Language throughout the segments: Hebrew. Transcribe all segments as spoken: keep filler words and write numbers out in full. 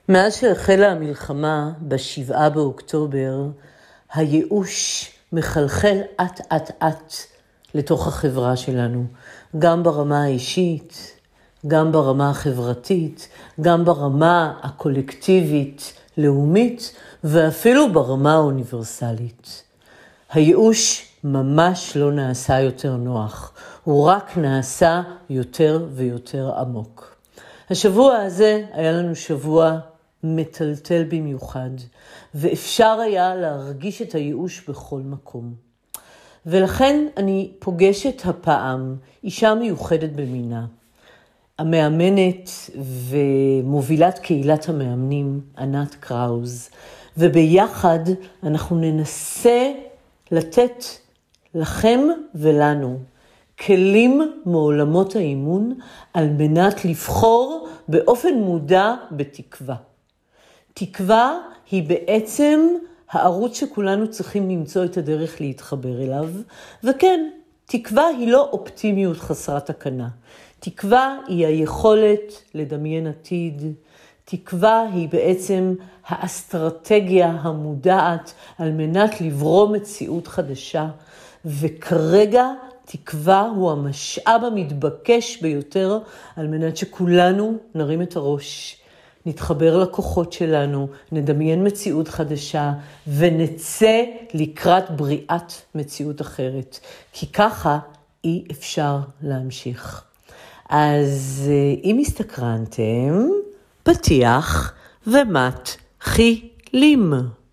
מאז שהחלה המלחמה בשבעה באוקטובר, הייאוש מחלחל אט אט אט לתוך החברה שלנו, גם ברמה האישית, גם ברמה החברתית, גם ברמה הקולקטיבית, לאומית, ואפילו ברמה האוניברסלית. הייאוש ממש לא נעשה יותר נוח, הוא רק נעשה יותר ויותר עמוק. השבוע הזה היה לנו שבוע מטלטל במיוחד, ואפשר היה להרגיש את הייאוש בכל מקום. ולכן אני פוגשת הפעם אישה מיוחדת במינה, המאמנת ומובילת קהילת המאמנים, ענת קראוז, וביחד אנחנו ננסה לתת לכם ולנו כלים מעולמות האימון על מנת לבחור באופן מודע בתקווה. תקווה היא בעצם הערוץ שכולנו צריכים למצוא את הדרך להתחבר אליו, וכן, תקווה היא לא אופטימיות חסרת תקנה. תקווה היא היכולת לדמיין עתיד, תקווה היא בעצם האסטרטגיה המודעת על מנת לברוא מציאות חדשה, וכרגע תקווה הוא המשאב המתבקש ביותר על מנת שכולנו נרים את הראש, נתחבר לכוחות שלנו, נדמיין מציאות חדשה ונצא לקראת בריאת מציאות אחרת. כי ככה אי אפשר להמשיך. אז אם הסתקרנתם, פתיח ומתחילים.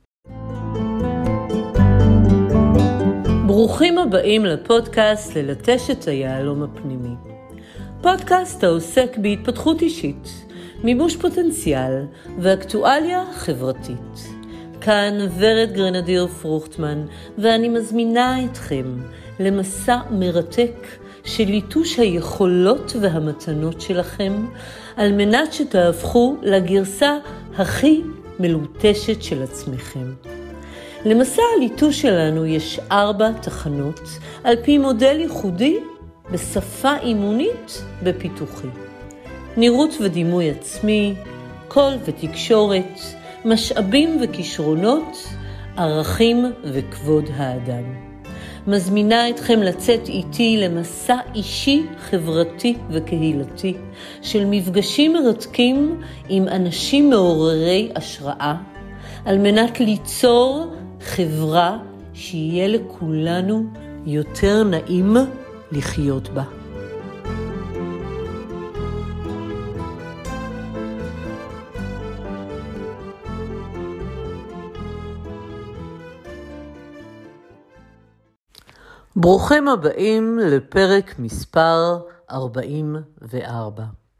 ברוכים הבאים לפודקאסט ללטש את היהלום הפנימי. פודקאסט העוסק בהתפתחות אישית, מימוש פוטנציאל ואקטואליה חברתית. כאן ורד גרנדיר פרוכטמן, ואני מזמינה אתכם למסע מרתק של ליטוש היכולות והמתנות שלכם, על מנת שתהפכו לגרסה הכי מלוטשת של עצמכם. למסע הליטוש שלנו יש ארבע תחנות, על פי מודל ייחודי בשפה אימונית בפיתוחי. נראות ודימוי עצמי, קול ותקשורת, משאבים וכישרונות, ערכים וכבוד האדם. מזמינה אתכם לצאת איתי למסע אישי, חברתי וקהילתי, של מפגשים מרתקים עם אנשים מעוררי השראה, על מנת ליצור חברה שיהיה לכולנו יותר נעים לחיות בה. ברוכים הבאים לפרק מספר ארבעים וארבע.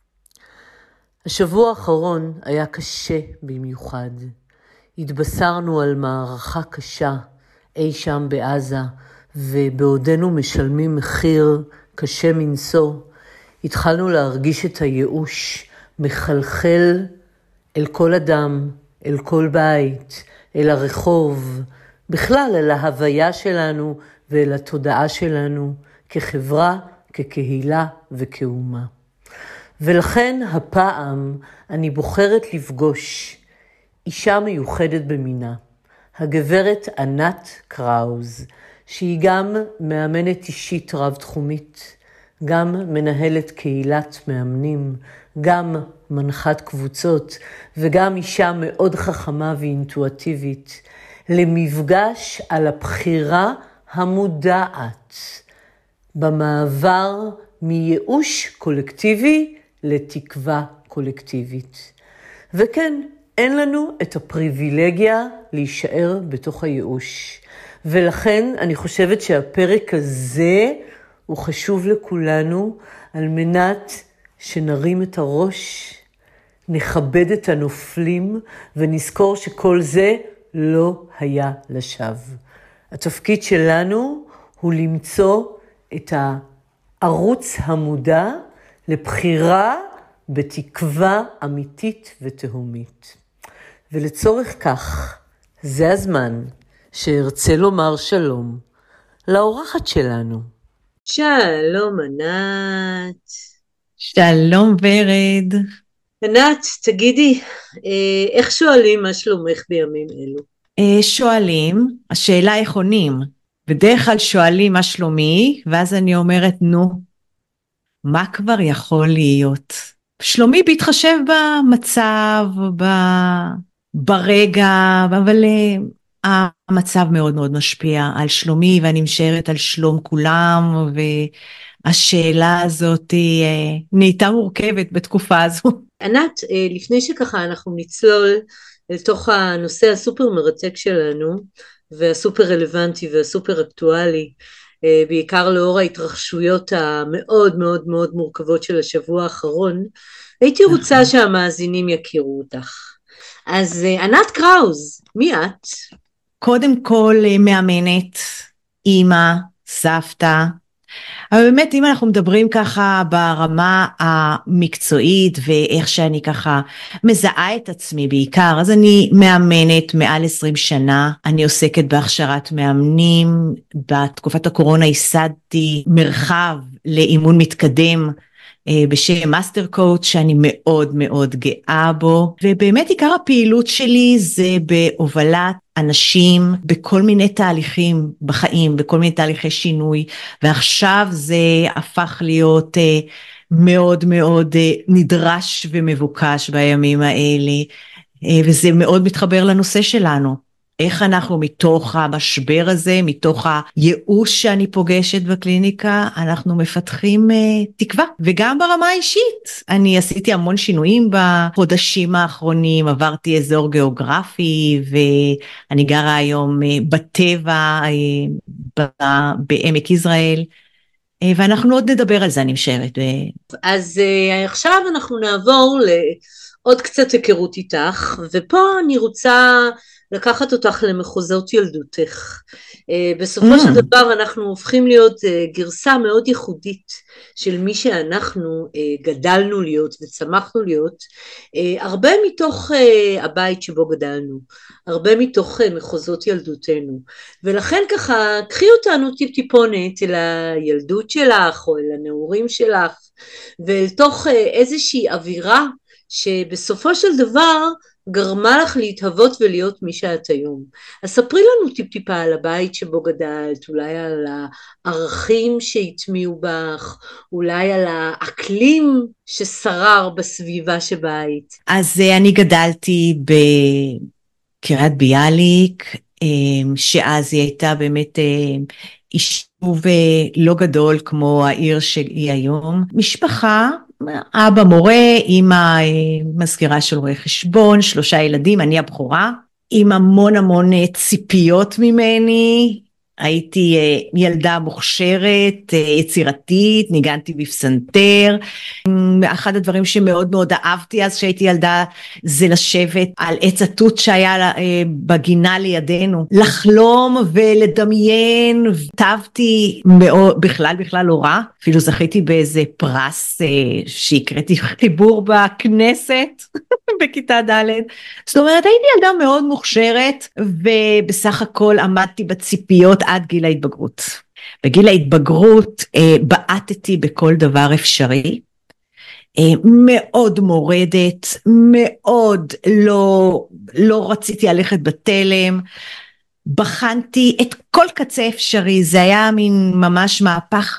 השבוע האחרון היה קשה במיוחד. התבשרנו על מערכה קשה אי שם בעזה, ובעודנו משלמים מחיר קשה מנשוא, התחלנו להרגיש את הייאוש מחלחל אל כל אדם, אל כל בית, אל הרחוב, בכלל אל ההוויה שלנו ואל התודעה שלנו כחברה, כקהילה וכאומה. ולכן הפעם אני בוחרת לפגוש אישה מיוחדת במינה, הגברת ענת קראוז, שהיא גם מאמנת אישית רב-תחומית, גם מנהלת קהילת מאמנים, גם מנחת קבוצות, וגם אישה מאוד חכמה ואינטואטיבית, למפגש על הבחירה המודעת, במעבר מייאוש קולקטיבי לתקווה קולקטיבית. וכן, אין לנו את הפריבילגיה להישאר בתוך הייאוש. ולכן אני חושבת שהפרק הזה הוא חשוב לכולנו, על מנת שנרים את הראש, נכבד את הנופלים, ונזכור שכל זה לא היה לשווא. התפקיד שלנו הוא למצוא את הערוץ המודע לבחירה בתקווה אמיתית ותהומית. ולצורך כך, זה הזמן שארצה לומר שלום לאורחת שלנו. שלום ענת. שלום ורד. ענת, תגידי, איך שואלים מה שלומך בימים אלו? שואלים, השאלה איך עונים. בדרך כלל שואלים מה שלומי, ואז אני אומרת, נו, מה כבר יכול להיות? שלומי בהתחשב במצב, ב... ברגע, אבל המצב מאוד מאוד משפיע על שלומי, ואני משארת על שלום כולם, והשאלה הזאת היא נהייתה מורכבת בתקופה הזו. ענת, לפני שככה אנחנו נצלול לתוך הנושא הסופר מרתק שלנו, והסופר רלוונטי והסופר אקטואלי, בעיקר לאור ההתרחשויות המאוד מאוד מאוד מורכבות של השבוע האחרון, הייתי רוצה שהמאזינים יכירו אותך. אז ענת קראוז, מי את? קודם כל מאמנת, אמא, סבתא, אבל באמת אם אנחנו מדברים ככה ברמה המקצועית ואיך שאני ככה מזהה את עצמי בעיקר, אז אני מאמנת מעל עשרים שנה, אני עוסקת בהכשרת מאמנים, בתקופת הקורונה ייסדתי מרחב לאימון מתקדם בשם מאסטר קואוץ' שאני מאוד מאוד גאה בו, ובאמת עיקר הפעילות שלי זה בהובלת אנשים בכל מיני תהליכים בחיים, בכל מיני תהליכי שינוי, ועכשיו זה הפך להיות מאוד מאוד נדרש ומבוקש בימים האלה, וזה מאוד מתחבר לנושא שלנו. איך אנחנו מתוך המשבר הזה, מתוך הייאוש שאני פוגשת בקליניקה, אנחנו מפתחים uh, תקווה. וגם ברמה האישית, אני עשיתי המון שינויים בחודשים האחרונים, עברתי אזור גיאוגרפי, ואני גרה היום uh, בטבע, uh, בעמק יזרעאל, uh, ואנחנו עוד נדבר על זה, אני משערת. אז uh, עכשיו אנחנו נעבור לעוד קצת היכרות איתך, ופה אני רוצה לקחת אותך למחוזות ילדותך. בסופו של דבר אנחנו הופכים להיות גרסה מאוד ייחודית של מי שאנחנו גדלנו להיות וצמחנו להיות, הרבה מתוך הבית שבו גדלנו, הרבה מתוך מחוזות ילדותנו, ולכן ככה קחי אותנו טיפ טיפונת אל הילדות שלך או אל הנעורים שלך, ואל תוך איזושהי אווירה שבסופו של דבר גרמה לך להתהוות ולהיות מי שאת היום. אז ספרי לנו טיפ טיפה על הבית שבו גדלת, אולי על הערכים שהטמיעו בך, אולי על האקלים ששרר בסביבה שבית. אז אני גדלתי בקריית ביאליק, שאז היא הייתה באמת יישוב לא גדול כמו העיר שהיא היום. משפחה, אבא מורה, אמא מזכירה של רואה חשבון, שלושה ילדים, אני הבכורה, עם המון המון ציפיות ממני. הייתי ילדה מוכשרת, יצירתית, ניגנתי בפסנתר. אחד הדברים שמאוד מאוד אהבתי אז שהייתי ילדה זה לשבת על עץ התות שהיה בגינה לידינו, לחלום ולדמיין. טבתי מאוד, בכלל בכלל לא רע, אפילו זכיתי באיזה פרס שהקראתי חיבור בכנסת בכיתה ד'. זאת אומרת הייתי ילדה מאוד מוכשרת, ובסך הכל עמדתי בציפיות עד גיל ההתבגרות. בגיל ההתבגרות אה, בעטתי בכל דבר אפשרי, אה, מאוד מורדת, מאוד לא, לא רציתי ללכת בתלם, בחנתי את כל קצה אפשרי, זה היה מין ממש מהפך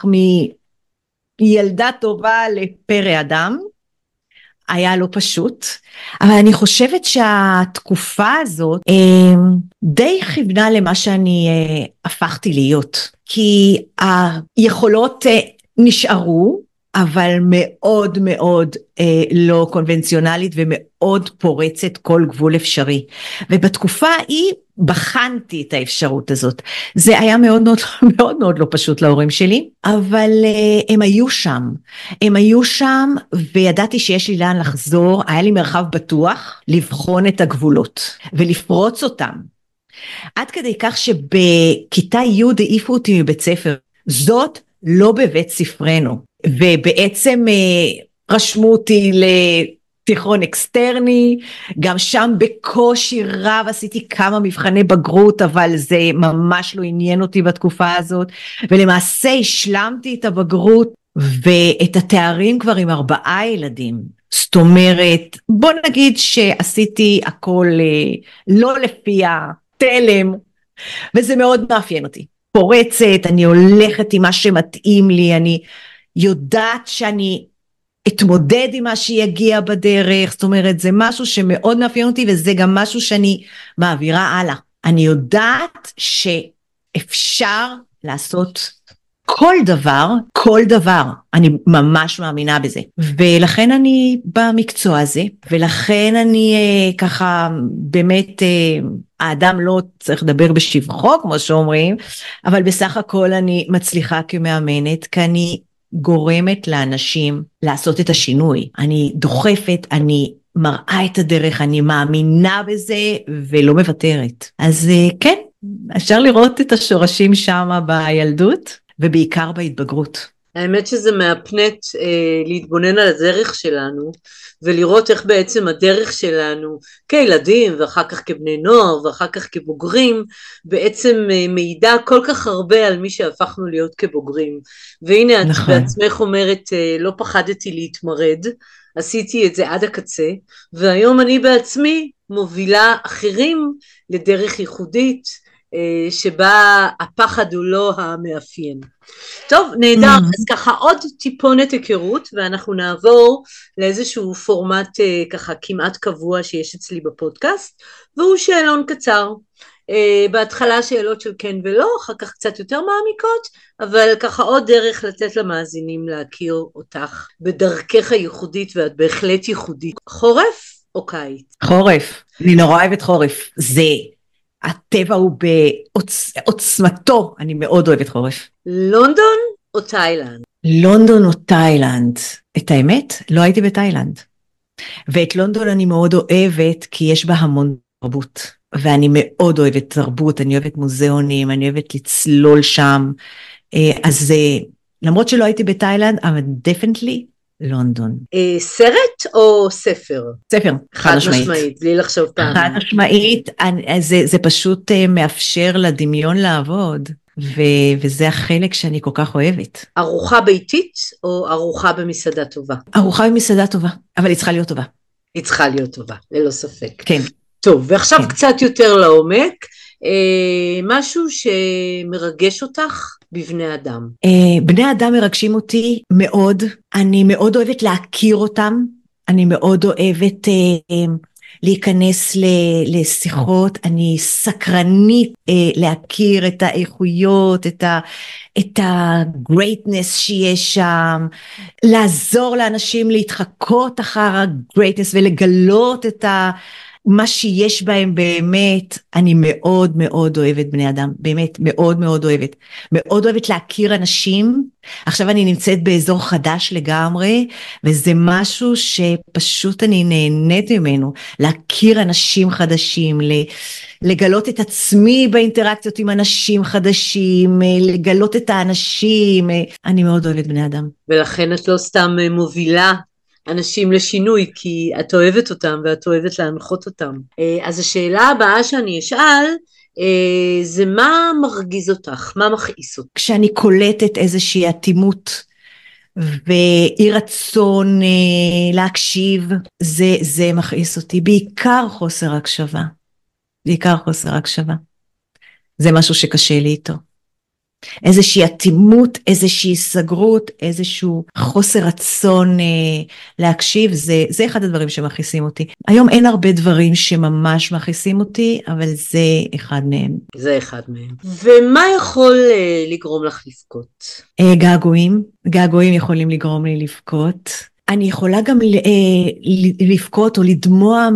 מילדה טובה לפרא אדם, היה לא פשוט, אבל אני חושבת שהתקופה הזאת אה, די כיוונה למה שאני אה, הפכתי להיות, כי היכולות אה, נשארו, אבל מאוד מאוד אה, לא קונבנציונלית ומאוד פורצת כל גבול אפשרי, ובתקופה ההיא בחנתי את האפשרות הזאת. זה היה מאוד מאוד מאוד מאוד לא פשוט להורים שלי, אבל uh, הם היו שם, הם היו שם וידעתי שיש לי לאן לחזור, היה לי מרחב בטוח לבחון את הגבולות ולפרוץ אותם. עד כדי כך שבכיתה י' העיפו אותי מבית ספר, זאת לא בבית ספרנו, ובעצם uh, רשמו אותי ל... תיכון אקסטרני, גם שם בקושי רב עשיתי כמה מבחני בגרות, אבל זה ממש לא עניין אותי בתקופה הזאת, ולמעשה השלמתי את הבגרות ואת התארים כבר עם ארבעה ילדים, זאת אומרת, בוא נגיד שעשיתי הכל לא לפי התלם, וזה מאוד מאפיין אותי. פורצת, אני הולכת עם מה שמתאים לי, אני יודעת שאני אתמודד עם מה שיגיע בדרך, זאת אומרת, זה משהו שמאוד מאפיין אותי, וזה גם משהו שאני מעבירה הלאה. אני יודעת שאפשר לעשות כל דבר, כל דבר, אני ממש מאמינה בזה, ולכן אני במקצוע הזה, ולכן אני אה, ככה, באמת, אה, האדם לא צריך לדבר בשבחו, כמו שאומרים, אבל בסך הכל אני מצליחה כמאמנת, כי אני גורמת לאנשים לעשות את השינוי, אני דוחפת, אני מראה את הדרך, אני מאמינה בזה, ולא מוותרת. אז אה, כן, אפשר לראות את השורשים שם בילדות, ובעיקר בהתבגרות. האמת שזה מהפנט אה, להתבונן על הדרך שלנו, ולראות איך בעצם הדרך שלנו כילדים, ואחר כך כבני נוער, ואחר כך כבוגרים, בעצם אה, מעידה כל כך הרבה על מי שהפכנו להיות כבוגרים. והנה את נכון. בעצמך אומרת, אה, לא פחדתי להתמרד, עשיתי את זה עד הקצה, והיום אני בעצמי מובילה אחרים לדרך ייחודית, שבה הפחד הוא לא המאפיין. טוב, נהדר, mm. אז ככה עוד טיפונת היכרות, ואנחנו נעבור לאיזשהו פורמט ככה כמעט קבוע שיש אצלי בפודקאסט, והוא שאלון קצר. בהתחלה שאלות של כן ולא, אחר כך קצת יותר מעמיקות, אבל ככה עוד דרך לתת למאזינים להכיר אותך בדרכך הייחודית, ואת בהחלט ייחודית. חורף או קיץ? חורף, אני נורא אוהבת חורף, זה... הטבע הוא בעוצמתו, אני מאוד אוהבת חורף. לונדון או תאילנד? לונדון או תאילנד. את האמת, לא הייתי בתאילנד. ואת לונדון אני מאוד אוהבת, כי יש בה המון תרבות. ואני מאוד אוהבת תרבות, אני אוהבת מוזיאונים, אני אוהבת לצלול שם. אז למרות שלא הייתי בתאילנד, אבל definitely לונדון. סרט או ספר? ספר, חד משמעית. משמעית, בלי לחשוב פעם. חד משמעית, זה, זה פשוט מאפשר לדמיון לעבוד, ו, וזה החלק שאני כל כך אוהבת. ארוחה ביתית או ארוחה במסעדה טובה? ארוחה במסעדה טובה, אבל היא צריכה להיות טובה. היא צריכה להיות טובה, ללא ספק. כן. טוב, ועכשיו כן. קצת יותר לעומק, משהו שמרגש אותך בבני אדם. בני אדם מרגשים אותי מאוד, אני מאוד אוהבת להכיר אותם, אני מאוד אוהבת להיכנס לשיחות, אני סקרנית להכיר את האיכויות, את ה-greatness שיש שם, לעזור לאנשים להתחקות אחר ה-greatness ולגלות את ה... מה שיש בהם באמת. אני מאוד מאוד אוהבת בני אדם, באמת מאוד מאוד אוהבת, מאוד אוהבת להכיר אנשים. עכשיו אני נמצאת באזור חדש לגמרי, וזה משהו שפשוט אני נהנית ממנו, להכיר אנשים חדשים, לגלות את עצמי באינטראקציות עם אנשים חדשים, לגלות את האנשים. אני מאוד אוהבת בני אדם. ולכן את לא סתם מובילה אנשים לשינוי, כי את אוהבת אותם ואת אוהבת להנחות אותם. אז השאלה הבאה שאני אשאל, זה מה מרגיז אותך, מה מכעיס אותך? כשאני קולטת איזושהי אטימות ואי רצון להקשיב, זה, זה מכעיס אותי, בעיקר חוסר הקשבה, בעיקר חוסר הקשבה. זה משהו שקשה לי איתו. איזושהי אטימות, איזושהי סגרות, איזשהו חוסר רצון אה, להקשיב, זה, זה אחד הדברים שמכעיסים אותי. היום אין הרבה דברים שממש מכעיסים אותי, אבל זה אחד מהם. זה אחד מהם. ומה יכול אה, לגרום לך לבכות? אה, געגועים, געגועים יכולים לגרום לי לבכות. אני יכולה גם אה, לבכות או לדמוע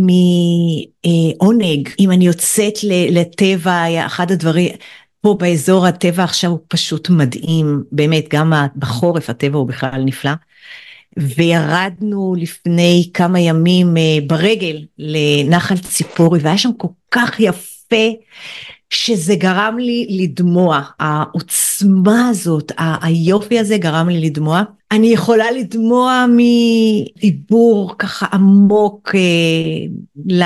מעונג, אם אני יוצאת לטבע, אחד הדברים... פה באזור הטבע עכשיו הוא פשוט מדהים, באמת גם בחורף הטבע הוא בכלל נפלא, וירדנו לפני כמה ימים ברגל לנחל ציפורי, והיה שם כל כך יפה, שזה גרם לי לדמוע, העוצמה הזאת, היופי הזה גרם לי לדמוע. אני יכולה לדמוע מדיבור ככה עמוק ל...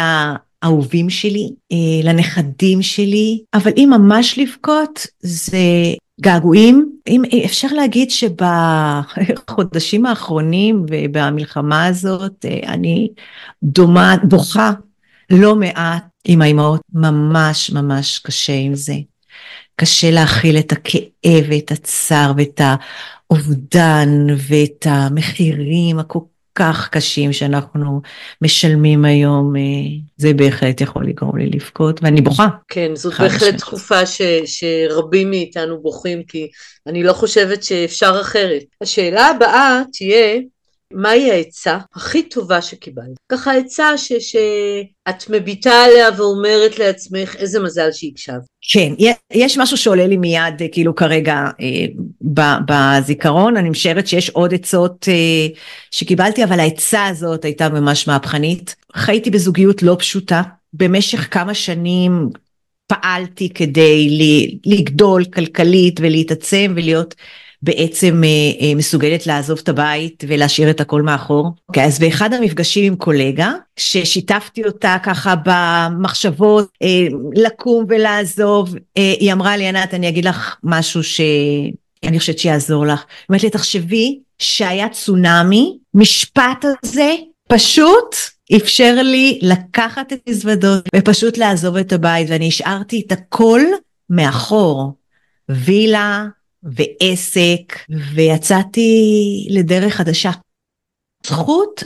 האהובים שלי, לנכדים שלי, אבל אם ממש לבכות, זה געגועים, אם אפשר להגיד שבחודשים האחרונים ובמלחמה הזאת, אני דומה, בוכה לא מעט עם האימהות, ממש ממש קשה עם זה. קשה להכיל את הכאב ואת הצער ואת האובדן ואת המחירים הכל כך קשים שאנחנו משלמים היום, זה בהחלט יכול לגרום לי לבכות, ואני בוכה. כן, זאת בהחלט תקופה ש, שרבים מאיתנו בוכים, כי אני לא חושבת שאפשר אחרת. השאלה הבאה תהיה, מהי העצה הכי טובה שקיבלת? ככה העצה ש, שאת מביטה עליה ואומרת לעצמך, איזה מזל שהקשב. כן, יש משהו שעולה לי מיד, כאילו כרגע בזיכרון, אני משערת שיש עוד עצות שקיבלתי, אבל העצה הזאת הייתה ממש מהפכנית. חייתי בזוגיות לא פשוטה, במשך כמה שנים פעלתי כדי לגדול כלכלית ולהתעצם ולהיות בעצם אה, מסוגלת לעזוב את הבית ולהשאיר את הכל מאחור. Okay, אז באחד המפגשים עם קולגה, ששיתפתי אותה ככה במחשבות אה, לקום ולעזוב, אה, היא אמרה לי, ענת, אני אגיד לך משהו שאני חושבת שיעזור לך. היא אומרת לי, תחשבי שהיה צונאמי, משפט הזה פשוט אפשר לי לקחת את מזוודות ופשוט לעזוב את הבית, ואני השארתי את הכל מאחור, וילה, ועסק, ויצאתי לדרך חדשה. זכות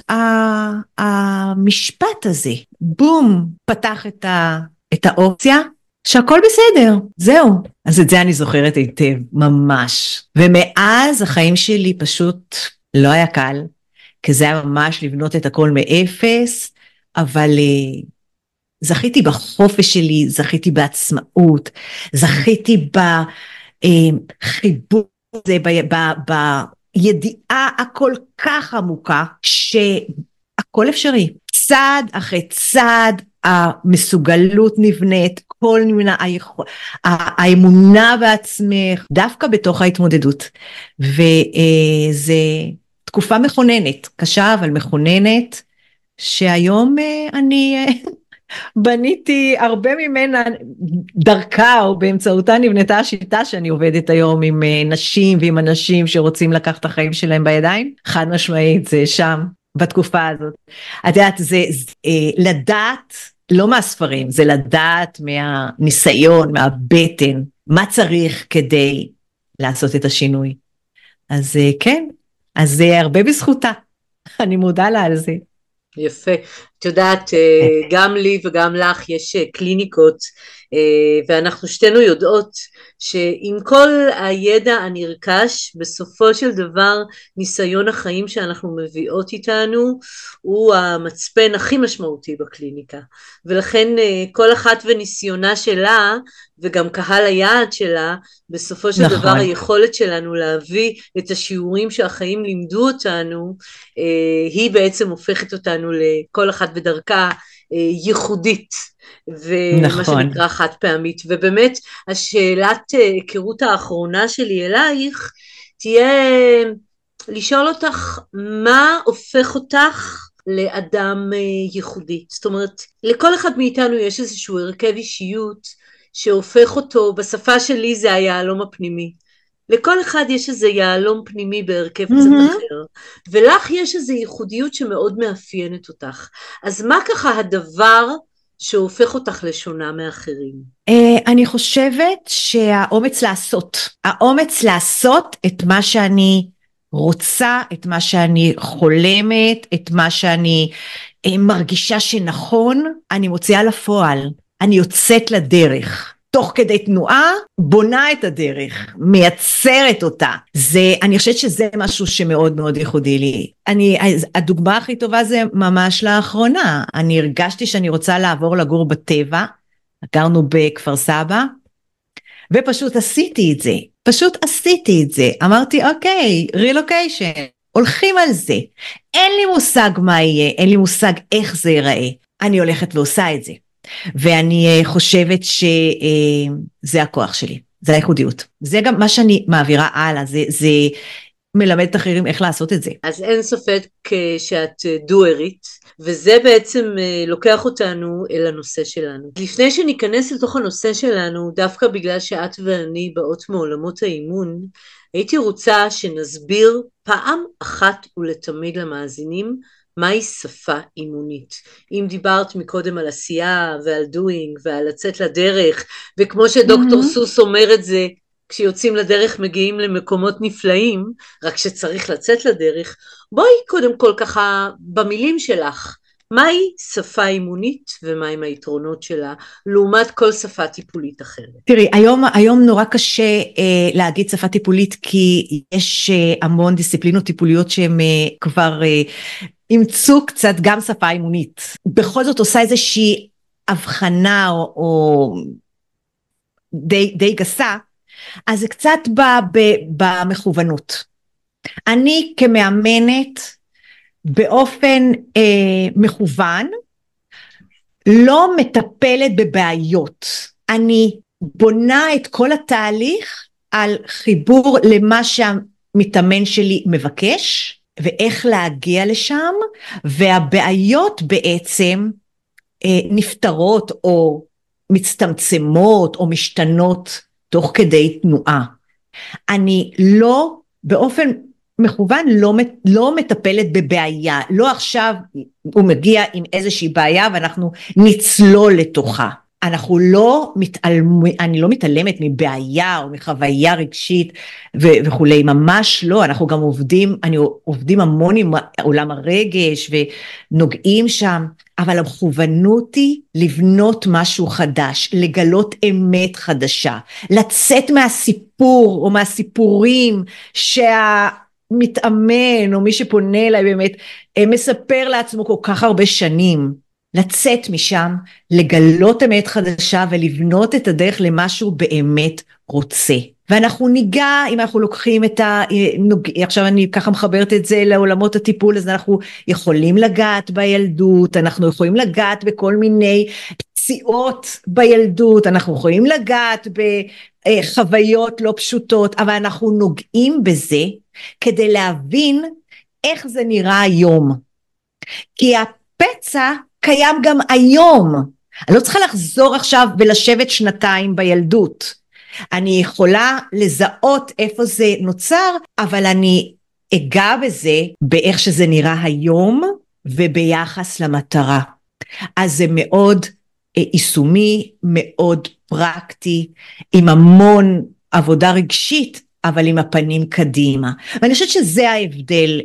המשפט הזה, בום, פתח את, ה, את האופציה, שהכל בסדר, זהו. אז את זה אני זוכרת היטב, ממש. ומאז החיים שלי פשוט לא היה קל, כי זה היה ממש לבנות את הכל מאפס, אבל זכיתי בחופש שלי, זכיתי בעצמאות, זכיתי ב... חיבור זה בידיעה הכל כך עמוקה שהכל אפשרי, צעד אחרי צעד המסוגלות נבנית, כל נבנה האמונה בעצמך דווקא בתוך ההתמודדות, וזה תקופה מכוננת, קשה אבל מכוננת, שהיום אני בניתי הרבה ממנה דרכה, או באמצעותה נבנתה השיטה שאני עובדת היום עם נשים ועם אנשים שרוצים לקחת את החיים שלהם בידיים. חד משמעית זה שם בתקופה הזאת. את יודעת, זה, זה לדעת, לא מהספרים, זה לדעת מהניסיון, מהבטן, מה צריך כדי לעשות את השינוי. אז כן, אז זה הרבה בזכותה, אני מודה לה על זה. יפה, את יודעת, גם לי וגם לך יש קליניקות, ואנחנו שתינו יודעות שעם כל הידע הנרכש, בסופו של דבר ניסיון החיים שאנחנו מביאות איתנו, הוא המצפן הכי משמעותי בקליניקה, ולכן כל אחת וניסיונה שלה, וגם קהל היעד שלה, בסופו של נכון. דבר היכולת שלנו להביא את השיעורים שהחיים לימדו אותנו, היא בעצם הופכת אותנו לכל אחת בדרכה ייחודית, ומה נכון. שנקרא חד פעמית. ובאמת השאלת היכרות האחרונה שלי אלייך תהיה לשאול אותך מה הופך אותך לאדם ייחודי. זאת אומרת, לכל אחד מאיתנו יש איזשהו הרכב אישיות שהופך אותו, בשפה שלי זה היעלום הפנימי, לכל אחד יש איזה יעלום פנימי בהרכב קצת mm-hmm. אחר, ולך יש איזו ייחודיות שמאוד מאפיינת אותך. אז מה ככה הדבר שהופך אותך לשונה מאחרים? Uh, אני חושבת שהאומץ לעשות, האומץ לעשות את מה שאני רוצה, את מה שאני חולמת, את מה שאני uh, מרגישה שנכון, אני מוציאה לפועל, אני יוצאת לדרך. תוך כדי תנועה, בונה את הדרך, מייצרת אותה. זה, אני חושבת שזה משהו שמאוד מאוד ייחודי לי. אני, הדוגמה הכי טובה זה ממש לאחרונה. אני הרגשתי שאני רוצה לעבור לגור בטבע, גרנו בכפר סבא, ופשוט עשיתי את זה. פשוט עשיתי את זה. אמרתי, אוקיי, רילוקיישן, הולכים על זה. אין לי מושג מה יהיה, אין לי מושג איך זה ייראה. אני הולכת ועושה את זה. ואני חושבת שזה הכוח שלי, זה הייחודיות. זה גם מה שאני מעבירה הלאה, זה, זה מלמדת אחרים איך לעשות את זה. אז אין ספק שאת דוארית, וזה בעצם לוקח אותנו אל הנושא שלנו. לפני שניכנס לתוך הנושא שלנו, דווקא בגלל שאת ואני באות מעולמות האימון, הייתי רוצה שנסביר פעם אחת ולתמיד למאזינים, מהי שפה אימונית. אם דיברת מקודם על עשייה ועל doing ועל לצאת לדרך, וכמו שדוקטור mm-hmm. סוס אומר את זה, כשיוצאים לדרך מגיעים למקומות נפלאים, רק שצריך לצאת לדרך, בואי קודם כל ככה במילים שלך, מהי שפה אימונית ומהם היתרונות שלה, לעומת כל שפה טיפולית אחרת? תראי, היום, היום נורא קשה אה, להגיד שפה טיפולית, כי יש אה, המון דיסציפלינות טיפוליות שהן אה, כבר אה, אימצו קצת גם שפה אימונית. בכל זאת עושה איזושהי הבחנה או, או די, די גסה, אז זה קצת במכוונות. אני כמאמנת באופן אה, מכוון, לא מטפלת בבעיות. אני בונה את כל התהליך על חיבור למה שהמתאמן שלי מבקש, ואיך להגיע לשם, והבעיות בעצם אה, נפתרות או מצטמצמות או משתנות תוך כדי תנועה. אני לא, באופן מכוון, לא, לא מטפלת בבעיה, לא עכשיו הוא מגיע עם איזושהי בעיה ואנחנו נצלול לתוכה. אנחנו לא מתעלמים, אני לא מתעלמת מבעיה או מחוויה רגשית ו- וכולי, ממש לא, אנחנו גם עובדים, אני עובדים המון עם עולם הרגש ונוגעים שם, אבל המכוונות היא לבנות משהו חדש, לגלות אמת חדשה, לצאת מהסיפור או מהסיפורים שהמתאמן או מי שפונה אליי באמת מספר לעצמו כל כך הרבה שנים, לצאת משם, לגלות אמת חדשה ולבנות את הדרך למשהו באמת רוצה. ואנחנו ניגע, אם אנחנו לוקחים את ה... עכשיו אני ככה מחברת את זה לעולמות הטיפול, אז אנחנו יכולים לגעת בילדות, אנחנו יכולים לגעת בכל מיני פציעות בילדות, אנחנו יכולים לגעת בחוויות לא פשוטות, אבל אנחנו נוגעים בזה כדי להבין איך זה נראה היום. כי הפצע קיים גם היום. אני לא צריכה לחזור עכשיו ולשבת שנתיים בילדות. אני יכולה לזהות איפה זה נוצר, אבל אני אגע בזה באיך שזה נראה היום וביחס למטרה. אז זה מאוד יישומי, מאוד פרקטי, עם המון עבודה רגשית, אבל עם הפנים קדימה. ואני חושבת שזה ההבדל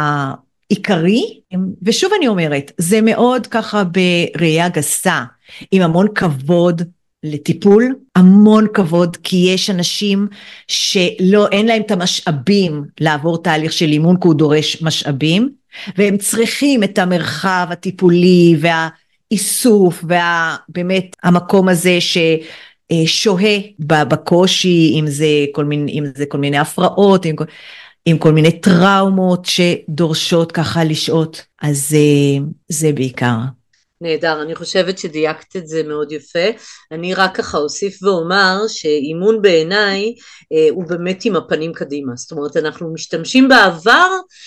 העיקרי, ושוב אני אומרת, זה מאוד ככה בראייה גסה, עם המון כבוד לטיפול, המון כבוד, כי יש אנשים שלא, אין להם את המשאבים לעבור תהליך של אימון, כי הוא דורש משאבים, והם צריכים את המרחב הטיפולי והאיסוף, ובאמת המקום הזה ששוהה בקושי, אם זה כל מיני, אם זה כל מיני הפרעות, עם כל, עם כל מיני טראומות שדורשות ככה לשעות, אז זה, זה בעיקר. נהדר, אני חושבת שדייקת את זה מאוד יפה. אני רק ככה אוסיף ואומר שאימון בעיניי אה, הוא באמת עם הפנים קדימה, זאת אומרת אנחנו משתמשים בעבר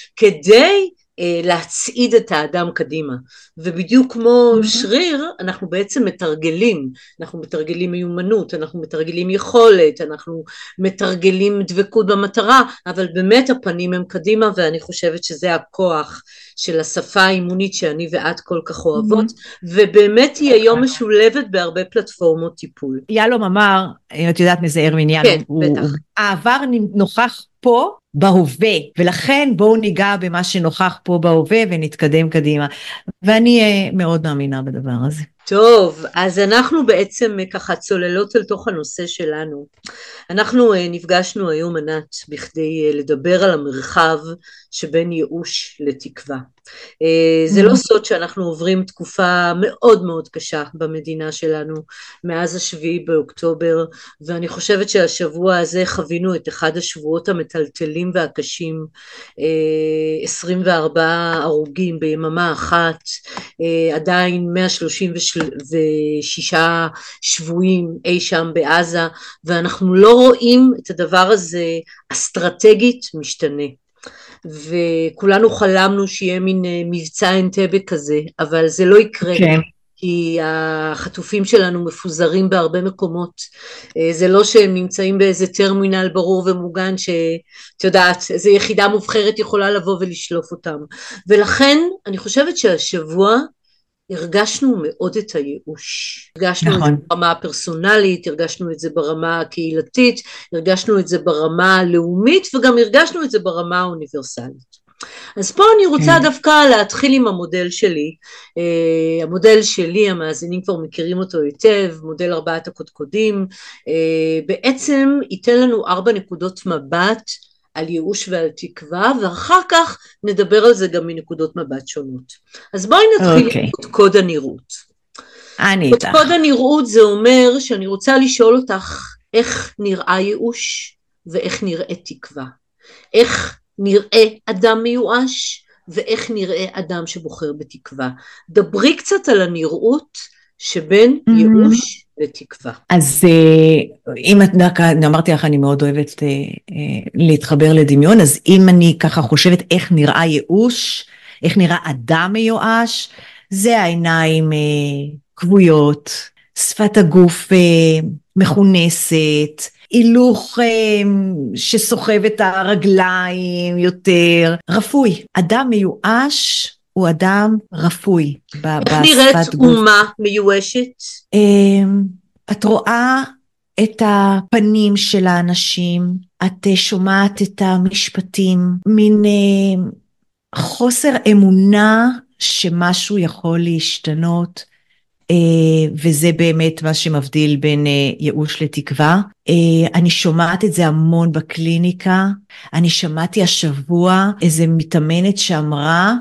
כדי אה, להצעיד את האדם קדימה, ובדיוק כמו mm-hmm. שריר אנחנו בעצם מתרגלים, אנחנו מתרגלים מיומנות, אנחנו מתרגלים יכולת, אנחנו מתרגלים דבקות במטרה, אבל באמת הפנים הם קדימה, ואני חושבת שזה הכוח של השפה האימונית שאני ואת כל כך אוהבות, mm-hmm. ובאמת היא היום משולבת בהרבה פלטפורמות טיפול. יהלום אמר, אם את יודעת מזה ארווין יהלום, כן, הוא, בטח. העבר נוכח פה בהווה, ולכן בואו ניגע במה שנוכח פה בהווה ונתקדם קדימה, ואני מאוד מאמינה בדבר הזה. טוב, אז אנחנו בעצם ככה צוללות אל תוך הנושא שלנו. אנחנו נפגשנו היום ענת בכדי לדבר על המרחב שבין ייאוש לתקווה. זה לא סוד שאנחנו עוברים תקופה מאוד מאוד קשה במדינה שלנו מאז השביעי באוקטובר, ואני חושבת שהשבוע הזה חווינו את אחד השבועות המטלטלים והקשים, עשרים וארבעה הרוגים ביממה אחת, עדיין מאה שלושים ושישה שבויים אי שם בעזה, ואנחנו לא רואים את הדבר הזה אסטרטגית משתנה. וכולנו חלמנו שיהיה מין מבצע אנטבה כזה, אבל זה לא יקרה. כן. כי החטופים שלנו מפוזרים בהרבה מקומות, זה לא שהם נמצאים באיזה טרמינל ברור ומוגן שאת יודעת איזה יחידה מובחרת יכולה לבוא ולשלוף אותם, ולכן אני חושבת שהשבוע הרגשנו מאוד את הייאוש, הרגשנו נכון. את זה ברמה הפרסונלית, הרגשנו את זה ברמה הקהילתית, הרגשנו את זה ברמה הלאומית וגם הרגשנו את זה ברמה האוניברסלית. אז פה אני רוצה דווקא להתחיל עם המודל שלי, uh, המודל שלי, המאזינים כבר מכירים אותו היטב, מודל ארבעת הקודקודים, uh, בעצם ייתן לנו ארבע נקודות מבט על ייאוש ועל תקווה, ואחר כך נדבר על זה גם מנקודות מבט שונות. אז בואי נתחיל okay. עם קודקוד הנראות. אני איתך. קודקוד הנראות זה אומר שאני רוצה לשאול אותך איך נראה ייאוש ואיך נראה תקווה, איך נראה אדם מיואש ואיך נראה אדם שבוחר בתקווה. דברי קצת על הנראות שבין mm-hmm. ייאוש לתקווה. אז אם את, אמרתי לך, אני מאוד אוהבת להתחבר לדמיון, אז אם אני ככה חושבת איך נראה ייאוש, איך נראה אדם מיואש, זה העיניים כבויות, שפת הגוף מכונסת, הילוך שסוחב את הרגליים יותר, רפוי. אדם מיואש הוא אדם רפוי. איך נראית אומה מיואשת? את רואה את הפנים של האנשים, את שומעת את המשפטים, מין חוסר אמונה שמשהו יכול להשתנות, וזה באמת מה שמבדיל בין ייאוש לתקווה. אני שומעת את זה המון בקליניקה, אני שמעתי השבוע איזה מתאמנת שאמרה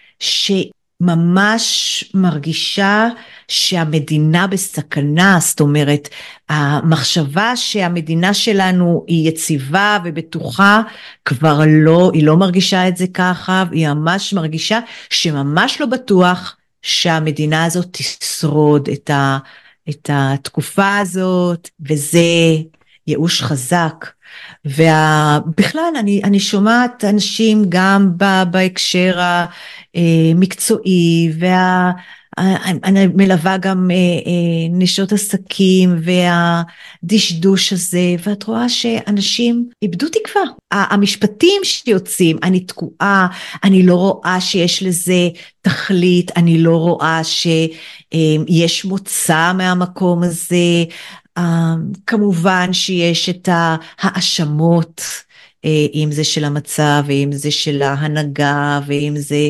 שממש מרגישה שהמדינה בסכנה, זאת אומרת המחשבה שהמדינה שלנו היא יציבה ובטוחה, כבר לא, היא לא מרגישה את זה ככה, היא ממש מרגישה שממש לא בטוח שהמדינה הזאת תשרוד את, ה, את התקופה הזאת, וזה ייאוש חזק. ובכלל אני, אני שומעת אנשים גם בהקשר המקצועי, וה, אני מלווה גם נשות עסקים והדשדוש הזה, ואת רואה שאנשים איבדו תקווה. המשפטים שיוצאים, אני תקועה, אני לא רואה שיש לזה תכלית, אני לא רואה שיש מוצא מהמקום הזה, כמובן שיש את האשמות, אם זה של המצב, ואם זה של ההנהגה, ואם זה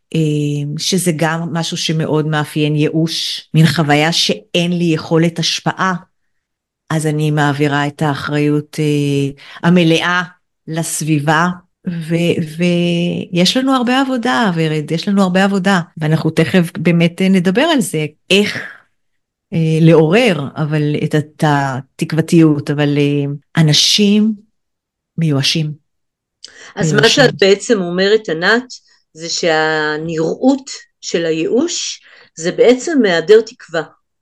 שזה גם משהו שמאוד מאפיין ייאוש, מין חוויה שאין לי יכולת השפעה, אז אני מעבירה את האחריות המלאה לסביבה, ויש לנו הרבה עבודה, ורד, יש לנו הרבה עבודה, ואנחנו תכף באמת נדבר על זה, איך לעורר אבל את התקוותיות, אבל אנשים מיואשים. אז מיואשים. מה שאת בעצם אומרת, ענת, זה שהנראות של הייאוש זה בעצם מהיעדר תקווה,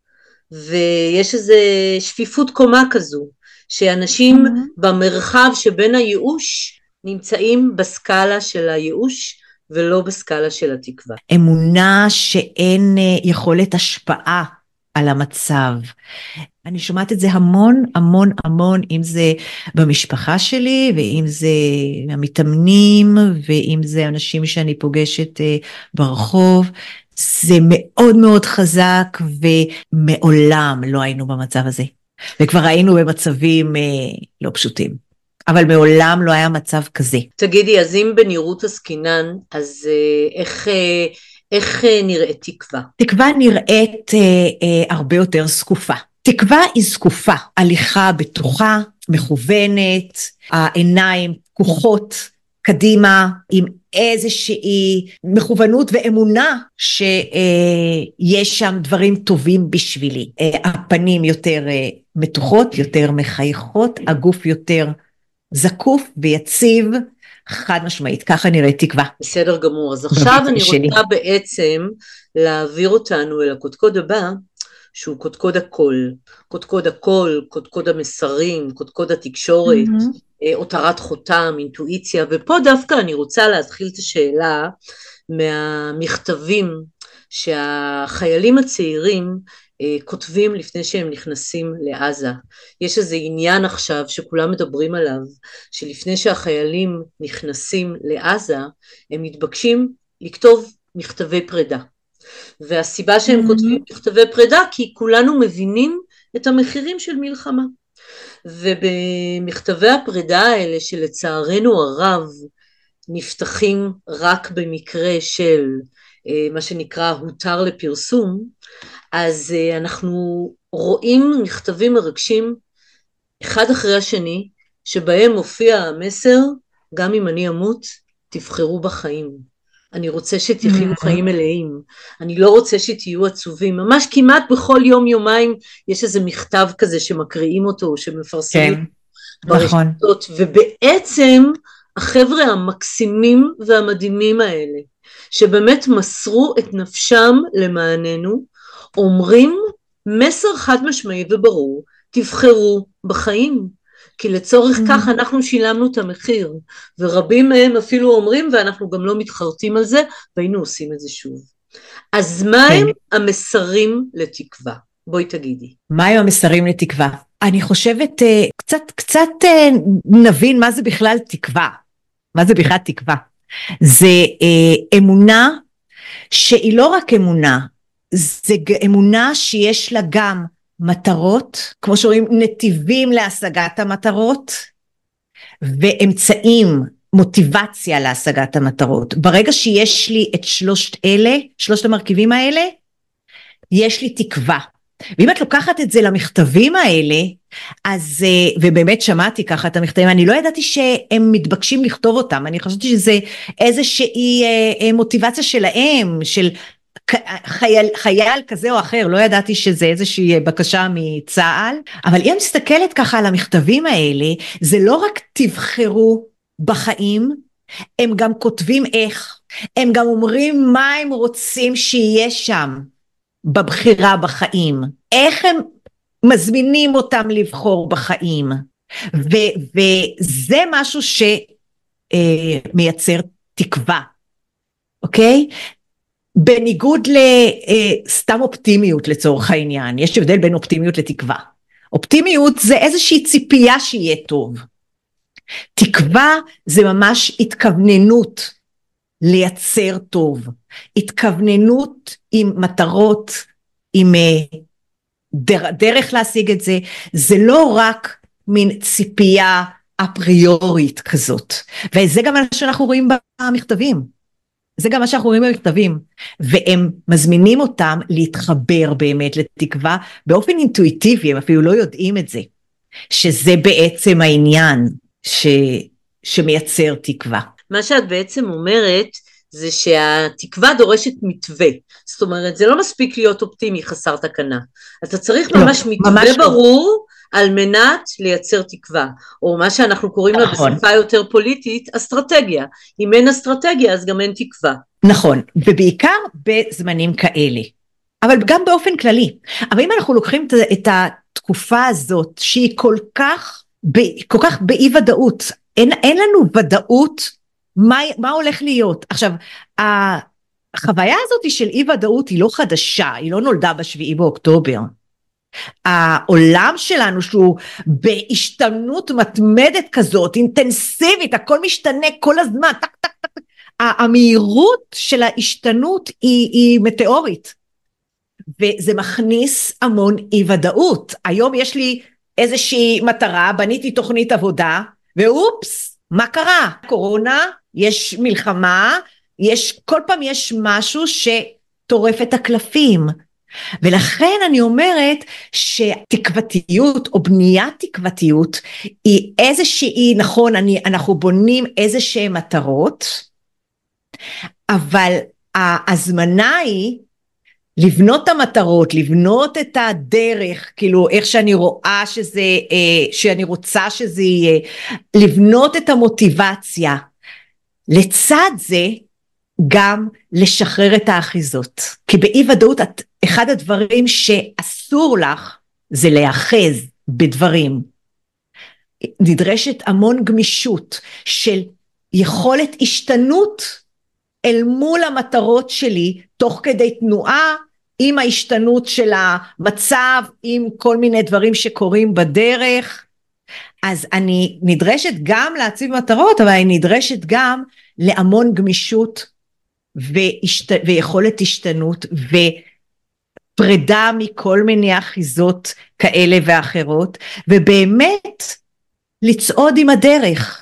ויש איזו שפיפות קומה כזו, שאנשים mm-hmm. במרחב שבין הייאוש נמצאים בסקאלה של הייאוש, ולא בסקאלה של התקווה. אמונה שאין יכולת השפעה על המצב. אני שומעת את זה המון המון המון, אם זה במשפחה שלי, ואם זה המתאמנים, ואם זה אנשים שאני פוגשת ברחוב, זה מאוד מאוד חזק, ומעולם לא היינו במצב הזה. וכבר היינו במצבים לא פשוטים, אבל מעולם לא היה מצב כזה. תגידי, אז אם בנראות עסקינן, אז איך... איך נראית תקווה? תקווה נראית אה, אה, הרבה יותר זקופה. תקווה היא זקופה, הליכה בטוחה, מכוונת, העיניים פקוחות קדימה, עם איזושהי מכוונות ואמונה שיש שם דברים טובים בשבילי. אה, הפנים יותר אה, מתוחות, יותר מחייכות, הגוף יותר זקוף ויציב, חד משמעית, ככה נראית תקווה. בסדר גמור, אז עכשיו אני שלי. רוצה בעצם להעביר אותנו אל הקודקוד הבא, שהוא קודקוד הקול, קודקוד הקול, קודקוד המסרים, קודקוד התקשורת, mm-hmm. הותרת חותם, אינטואיציה, ופה דווקא אני רוצה להתחיל את השאלה מהמכתבים שהחיילים הצעירים כותבים לפני שהם נכנסים לעזה. יש איזה עניין עכשיו שכולם מדברים עליו, שלפני שהחיילים נכנסים לעזה, הם מתבקשים לכתוב מכתבי פרידה. והסיבה שהם mm-hmm. כותבים מכתבי פרידה, כי כולנו מבינים את המחירים של מלחמה. ובמכתבי הפרידה האלה, שלצערנו הרב, נפתחים רק במקרה של מה שנקרא הותר לפרסום, אז אנחנו רואים מכתבים מרגשים אחד אחרי השני, שבהם מופיע המסר, גם אם אני אמות, תבחרו בחיים. אני רוצה שתחיו חיים מלאים, אני לא רוצה שתהיו עצובים, ממש כמעט בכל יום יומיים יש איזה מכתב כזה שמקריאים אותו, שמפרסמים כן, ברשתות, נכון. ובעצם החבר'ה המקסימים והמדהימים האלה, שבאמת מסרו את נפשם למעננו, אומרים מסר חד משמעי וברור, תבחרו בחיים, כי לצורך mm-hmm. כך אנחנו שילמנו את המחיר, ורבים מהם אפילו אומרים, ואנחנו גם לא מתחרטים על זה, והיינו עושים את זה שוב. אז מה הם כן. המסרים לתקווה? בואי תגידי. מה הם המסרים לתקווה? אני חושבת, קצת, קצת נבין מה זה בכלל תקווה. מה זה בכלל תקווה? זה אה, אמונה שהיא לא רק אמונה, זה אמונה שיש לה גם מטרות, כמו שאומרים, נתיבים להשגת המטרות, ואמצעים, מוטיבציה להשגת המטרות. ברגע שיש לי את שלושת אלה, שלושת המרכיבים האלה, יש לי תקווה. ואם את לוקחת את זה למכתבים האלה, אז, ובאמת שמעתי ככה את המכתבים, אני לא ידעתי שהם מתבקשים לכתוב אותם, אני חשבתי שזה איזושהי מוטיבציה שלהם, של חייל, חייל כזה או אחר, לא ידעתי שזה איזושהי בקשה מצה"ל, אבל אם מסתכלת ככה על המכתבים האלה, זה לא רק תבחרו בחיים, הם גם כותבים איך, הם גם אומרים מה הם רוצים שיהיה שם, בבחירה בחיים, איך הם מזמינים אותם לבחור בחיים, ו- וזה משהו שמייצר תקווה, אוקיי? בניגוד לסתם אופטימיות לצורך העניין, יש הבדל בין אופטימיות לתקווה. אופטימיות זה איזושהי ציפייה שיהיה טוב. תקווה זה ממש התכווננות לייצר טוב. התכווננות עם מטרות, עם דרך להשיג את זה. זה לא רק מין ציפייה אפריורית כזאת. וזה גם מה שאנחנו רואים במכתבים. זה גם מה שאנחנו רואים במכתבים, והם מזמינים אותם להתחבר באמת לתקווה, באופן אינטואיטיבי, הם אפילו לא יודעים את זה, שזה בעצם העניין ש... שמייצר תקווה. מה שאת בעצם אומרת, זה שהתקווה דורשת מתווה, זאת אומרת, זה לא מספיק להיות אופטימי חסר תקנה, אתה צריך ממש לא, מתווה ממש ברור, לא. על מנת לייצר תקווה, או מה שאנחנו קוראים לה נכון. בשפה יותר פוליטית, אסטרטגיה. אם אין אסטרטגיה, אז גם אין תקווה. נכון, ובעיקר בזמנים כאלה, אבל גם באופן כללי. אבל אם אנחנו לוקחים את התקופה הזאת, שהיא כל כך, כל כך באי ודאות, אין, אין לנו ודאות מה, מה הולך להיות. עכשיו, החוויה הזאת של אי ודאות היא לא חדשה, היא לא נולדה בשביעי באוקטובר. העולם שלנו שהוא בהשתנות מתמדת כזאת, אינטנסיבית, הכל משתנה כל הזמן, טק טק טק, המהירות של ההשתנות היא, היא מטאורית, וזה מכניס המון אי ודאות. היום יש לי איזושהי מטרה, בניתי תוכנית עבודה, ואופס, מה קרה? קורונה, יש מלחמה, יש, כל פעם יש משהו שטורף את הקלפים, ולכן אני אומרת שתקוותיות או בניית תקוותיות היא איזושהי, נכון, אני, אנחנו בונים איזושהי מטרות, אבל ההזמנה היא לבנות את המטרות, לבנות את הדרך, כאילו איך שאני רואה שזה, שאני רוצה שזה יהיה, לבנות את המוטיבציה. לצד זה גם לשחרר את האחיזות, כי באי ודאות אחד הדברים שאסור לך זה להאחז בדברים, נדרשת המון גמישות של יכולת השתנות אל מול המטרות שלי, תוך כדי תנועה, עם ההשתנות של המצב, עם כל מיני דברים שקורים בדרך. אז אני נדרשת גם להציב מטרות, אבל אני נדרשת גם להמון גמישות והשת... ויכולת השתנות ופרידה מכל מיני אחיזות כאלה ואחרות, ובאמת לצעוד עם הדרך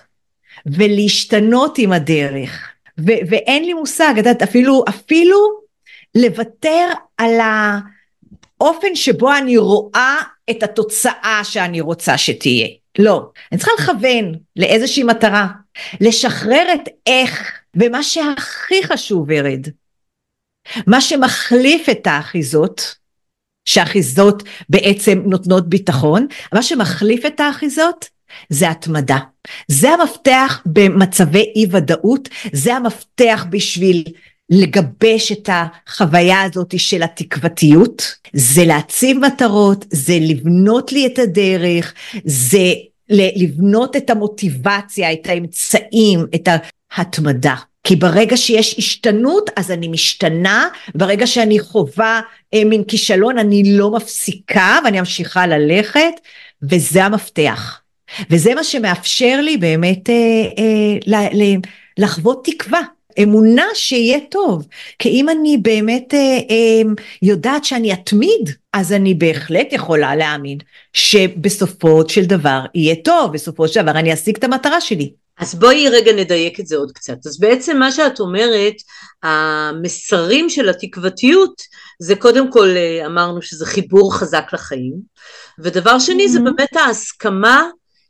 ולהשתנות עם הדרך. ו- ואין לי מושג, את יודעת, אפילו, אפילו לוותר על האופן שבו אני רואה את התוצאה שאני רוצה שתהיה. לא, אני צריכה לכוון לאיזושהי מטרה, לשחרר את איך, ומה שהכי חשוב ורד, מה שמחליף את האחיזות, שהאחיזות בעצם נותנות ביטחון, מה שמחליף את האחיזות זה התמדה. זה המפתח במצבי אי ודאות, זה המפתח בשביל לגבש את החוויה הזאת של התקוותיות, זה להציב מטרות, זה לבנות לי את הדרך, זה לבנות את המוטיבציה, את האמצעים, את ההתמדה. כי ברגע שיש השתנות, אז אני משתנה, ברגע שאני חובה אה, מן כישלון, אני לא מפסיקה, ואני ממשיכה ללכת, וזה המפתח. וזה מה שמאפשר לי באמת אה, אה, לחוות תקווה, אמונה שיהיה טוב, כי אם אני באמת אה, אה, יודעת שאני אתמיד, אז אני בהחלט יכולה להאמין, שבסופו של דבר יהיה טוב, בסופו של דבר אני אשיג את המטרה שלי. אז בואי רגע נדייק את זה עוד קצת. אז בעצם מה שאת אומרת, המסרים של התקוותיות, זה קודם כל אמרנו שזה חיבור חזק לחיים, ודבר שני זה באמת ההסכמה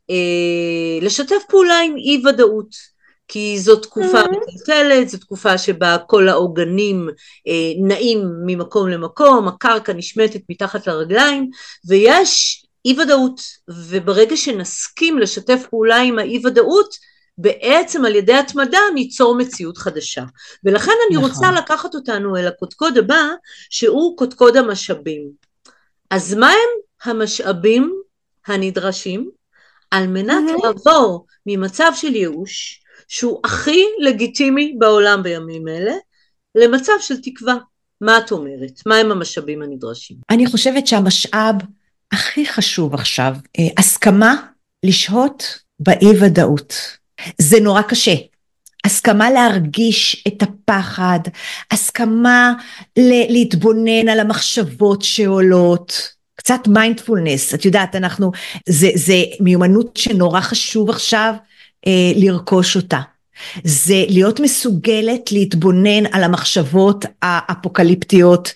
אה, לשתף פעולה עם אי ודאות, כי זו תקופה מטלטלת, זו תקופה שבה כל העוגנים אה, נעים ממקום למקום, הקרקע נשמטת מתחת לרגליים, ויש אי ודאות, וברגע שנסכים לשתף פעולה עם האי ודאות, בעצם על ידי התמדה ניצור מציאות חדשה. ולכן אני נכון. רוצה לקחת אותנו אל הקודקוד הבא, שהוא קודקוד המשאבים. אז מה הם המשאבים הנדרשים, על מנת mm-hmm. לעבור ממצב של ייאוש, שהוא הכי לגיטימי בעולם בימים אלה, למצב של תקווה? מה את אומרת? מה הם המשאבים הנדרשים? אני חושבת שהמשאב הכי חשוב עכשיו, הסכמה לשהות באי ודאות. זה נורא קשה. הסכמה להרגיש את הפחד, הסכמה להתבונן על המחשבות שעולות, קצת מיינדפולנס, את יודעת, אנחנו, זה, זה מיומנות שנורא חשוב עכשיו אה, לרכוש אותה. זה להיות מסוגלת להתבונן על המחשבות האפוקליפטיות,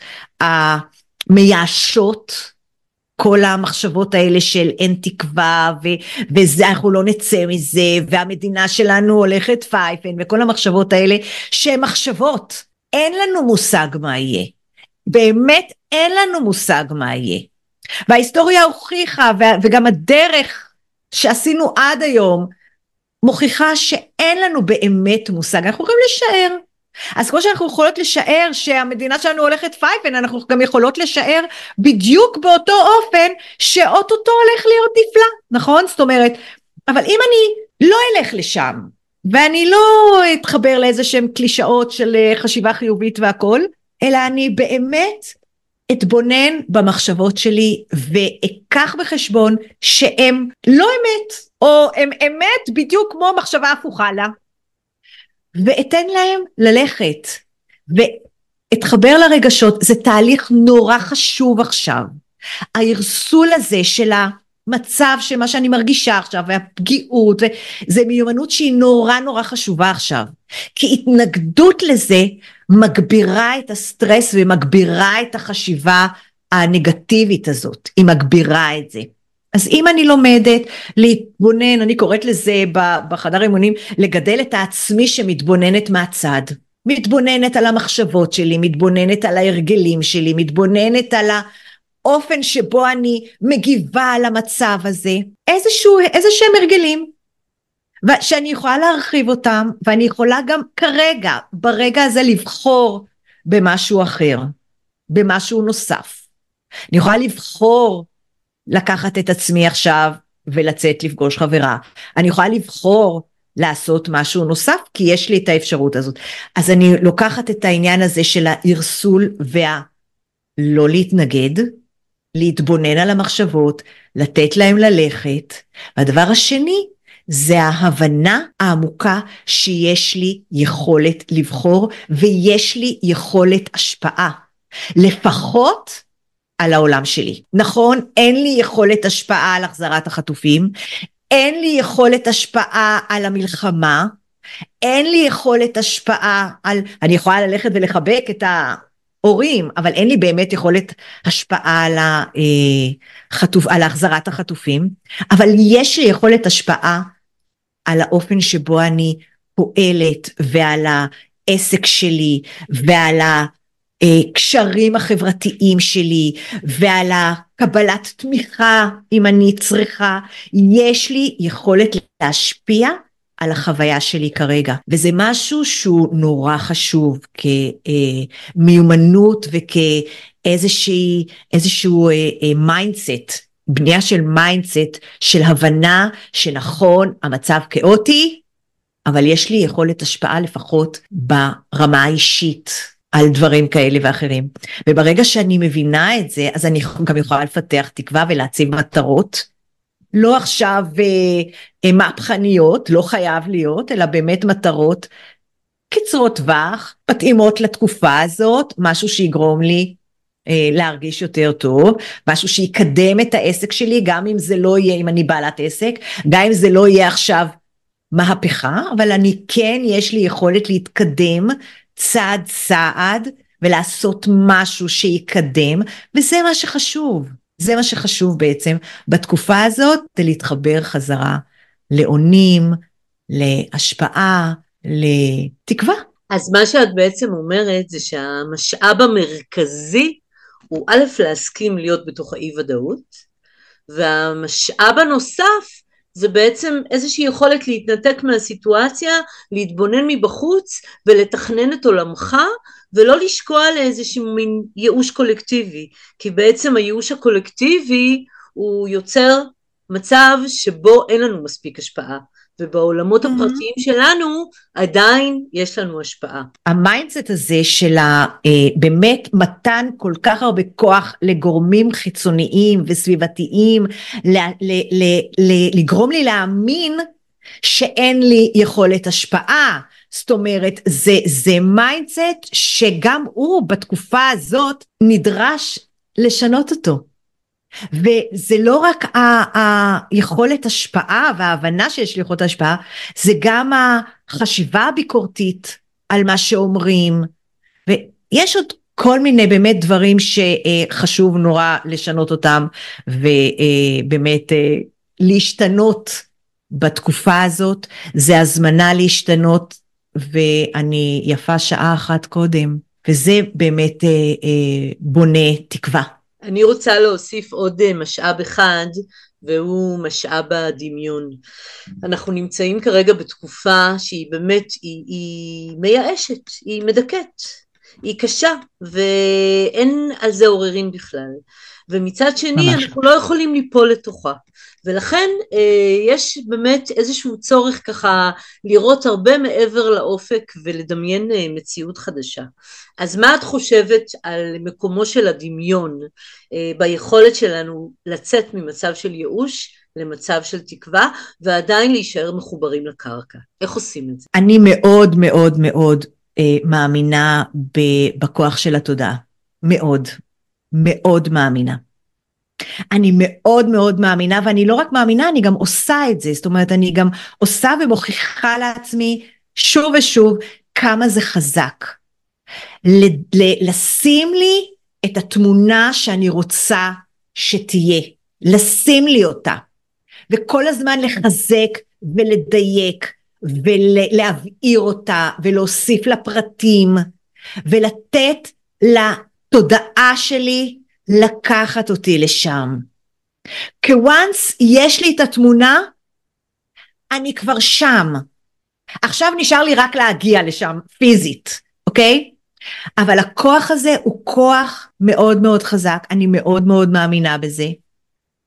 המייאשות, כל המחשבות האלה של אין תקווה, ו- וזה, אנחנו לא נצא מזה, והמדינה שלנו הולכת פייפן, וכל המחשבות האלה, שהן מחשבות, אין לנו מושג מה יהיה. באמת אין לנו מושג מה יהיה. וההיסטוריה הוכיחה, וגם הדרך שעשינו עד היום, מוכיחה שאין לנו באמת מושג, אנחנו יכולים לשער. אז כמו שאנחנו יכולות לשער שהמדינה שלנו הולכת פייפן, אנחנו גם יכולות לשער בדיוק באותו אופן, שאוטוטו הולך להיות נפלא, נכון? זאת אומרת, אבל אם אני לא אלך לשם, ואני לא אתחבר לאיזה שהם קלישאות של חשיבה חיובית והכל, אלא אני באמת אתבונן במחשבות שלי, ואקח בחשבון שהם לא אמת, או הם אמת בדיוק כמו מחשבה הפוכה לה, ואתן להם ללכת, ואתחבר לרגשות. זה תהליך נורא חשוב עכשיו, ההרסול הזה של המצב, שמה שאני מרגישה עכשיו, והפגיעות, זה מיומנות שהיא נורא נורא חשובה עכשיו, כי התנגדות לזה, מגבירה את הסטרס, ומגבירה את החשיבה הנגטיבית הזאת, היא מגבירה את זה. אז אם אני לומדת להתבונן, אני קוראת לזה בחדר אימונים, לגדל את העצמי שמתבוננת מהצד, מתבוננת על המחשבות שלי, מתבוננת על ההרגלים שלי, מתבוננת על האופן שבו אני מגיבה על המצב הזה, איזשהו, איזשהם הרגלים, שאני יכולה להרחיב אותם, ואני יכולה גם כרגע, ברגע הזה לבחור במשהו אחר, במשהו נוסף. אני יכולה לבחור לקחת את עצמי עכשיו ולצאת לפגוש חברה, אני יכולה לבחור לעשות משהו נוסף, כי יש לי את האפשרות הזאת. אז אני לוקחת את העניין הזה של ההרסול והלא להתנגד, להתבונן על המחשבות, לתת להם ללכת. והדבר השני, זה ההבנה העמוקה שיש לי יכולת לבחור, ויש לי יכולת השפעה, לפחות על העולם שלי. נכון, אין לי יכולת השפעה על החזרת החטופים, אין לי יכולת השפעה על המלחמה, אין לי יכולת השפעה על, אני יכולה ללכת ולחבק את ההורים, אבל אין לי באמת יכולת השפעה על, החטוף, על החזרת החטופים, אבל יש לי יכולת השפעה על האופן שבו אני פועלת, ועל העסק שלי, ועל הקשרים החברתיים שלי, ועל הקבלת תמיכה אם אני צריכה. יש לי יכולת להשפיע על החוויה שלי כרגע, וזה משהו שהוא נורא חשוב כמיומנות וכאיזושהי איזשהו מיינדסט, בנייה של מיינדסט, של הבנה שנכון המצב כאוטי, אבל יש לי יכולת השפעה לפחות ברמה האישית על דברים כאלה ואחרים. וברגע שאני מבינה את זה, אז אני גם יכולה לפתח תקווה ולהציב מטרות, לא עכשיו אה, מהפכניות, לא חייב להיות, אלא באמת מטרות קצרות טווח, מתאימות לתקופה הזאת, משהו שיגרום לי אה, להרגיש יותר טוב, משהו שיקדם את העסק שלי, גם אם זה לא יהיה, אם אני בעלת עסק, גם אם זה לא יהיה עכשיו מהפכה, אבל אני כן, יש לי יכולת להתקדם צעד צעד, ולעשות משהו שיקדם, וזה מה שחשוב. זה מה שחשוב בעצם בתקופה הזאת, זה להתחבר חזרה לאונים, להשפעה, לתקווה. אז מה שאת בעצם אומרת זה שהמשאב המרכזי הוא א' להסכים להיות בתוך האי ודאות, והמשאב הנוסף זה בעצם איזושהי יכולת להתנתק מהסיטואציה, להתבונן מבחוץ ולתכנן את עולמך, ולא לשקוע לאיזשהו מין ייאוש קולקטיבי, כי בעצם הייאוש הקולקטיבי הוא יוצר מצב שבו אין לנו מספיק השפעה, ובעולמות mm-hmm. הפרטיים שלנו עדיין יש לנו השפעה. המיינדסט הזה של באמת מתן כל כך הרבה כוח לגורמים חיצוניים וסביבתיים, ל- ל- ל- ל- לגרום לי להאמין שאין לי יכולת השפעה, זאת אומרת, זה, זה מיינדסט שגם הוא בתקופה הזאת נדרש לשנות אותו. וזה לא רק היכולת השפעה וההבנה שיש לי יכולת השפעה, זה גם החשיבה הביקורתית על מה שאומרים, ויש עוד כל מיני באמת דברים שחשוב נורא לשנות אותם, ובאמת להשתנות בתקופה הזאת, זה הזמנה להשתנות, ואני יפה שעה אחת קודם, וזה באמת אה, אה, בונה תקווה. אני רוצה להוסיף עוד משאב אחד, והוא משאב הדמיון. אנחנו נמצאים כרגע בתקופה שהיא באמת, היא, היא מייאשת, היא מדכאת, היא קשה, ואין על זה עוררין בכלל. ומצד שני ממש. אנחנו לא יכולים ליפול לתוכה. ולכן אה, יש באמת איזשהו צורך ככה לראות הרבה מעבר לאופק ולדמיין אה, מציאות חדשה. אז מה את חושבת על מקומו של הדמיון אה, ביכולת שלנו לצאת ממצב של ייאוש למצב של תקווה ועדיין להישאר מחוברים לקרקע? איך עושים את זה? אני מאוד מאוד מאוד אה, מאמינה בכוח של התודעה. מאוד, מאוד מאמינה. אני מאוד מאוד מאמינה, ואני לא רק מאמינה, אני גם עושה את זה, זאת אומרת, אני גם עושה ומוכיחה לעצמי שוב ושוב כמה זה חזק. ל- ל- לשים לי את התמונה שאני רוצה שתהיה, לשים לי אותה, וכל הזמן לחזק ולדייק, ולהבהיר אותה, ולהוסיף לפרטים, ולתת לתודעה שלי, לקחת אותי לשם. כוואנס יש לי את התמונה, אני כבר שם. עכשיו נשאר לי רק להגיע לשם פיזית, אוקיי? אבל הכוח הזה הוא כוח מאוד מאוד חזק, אני מאוד מאוד מאמינה בזה.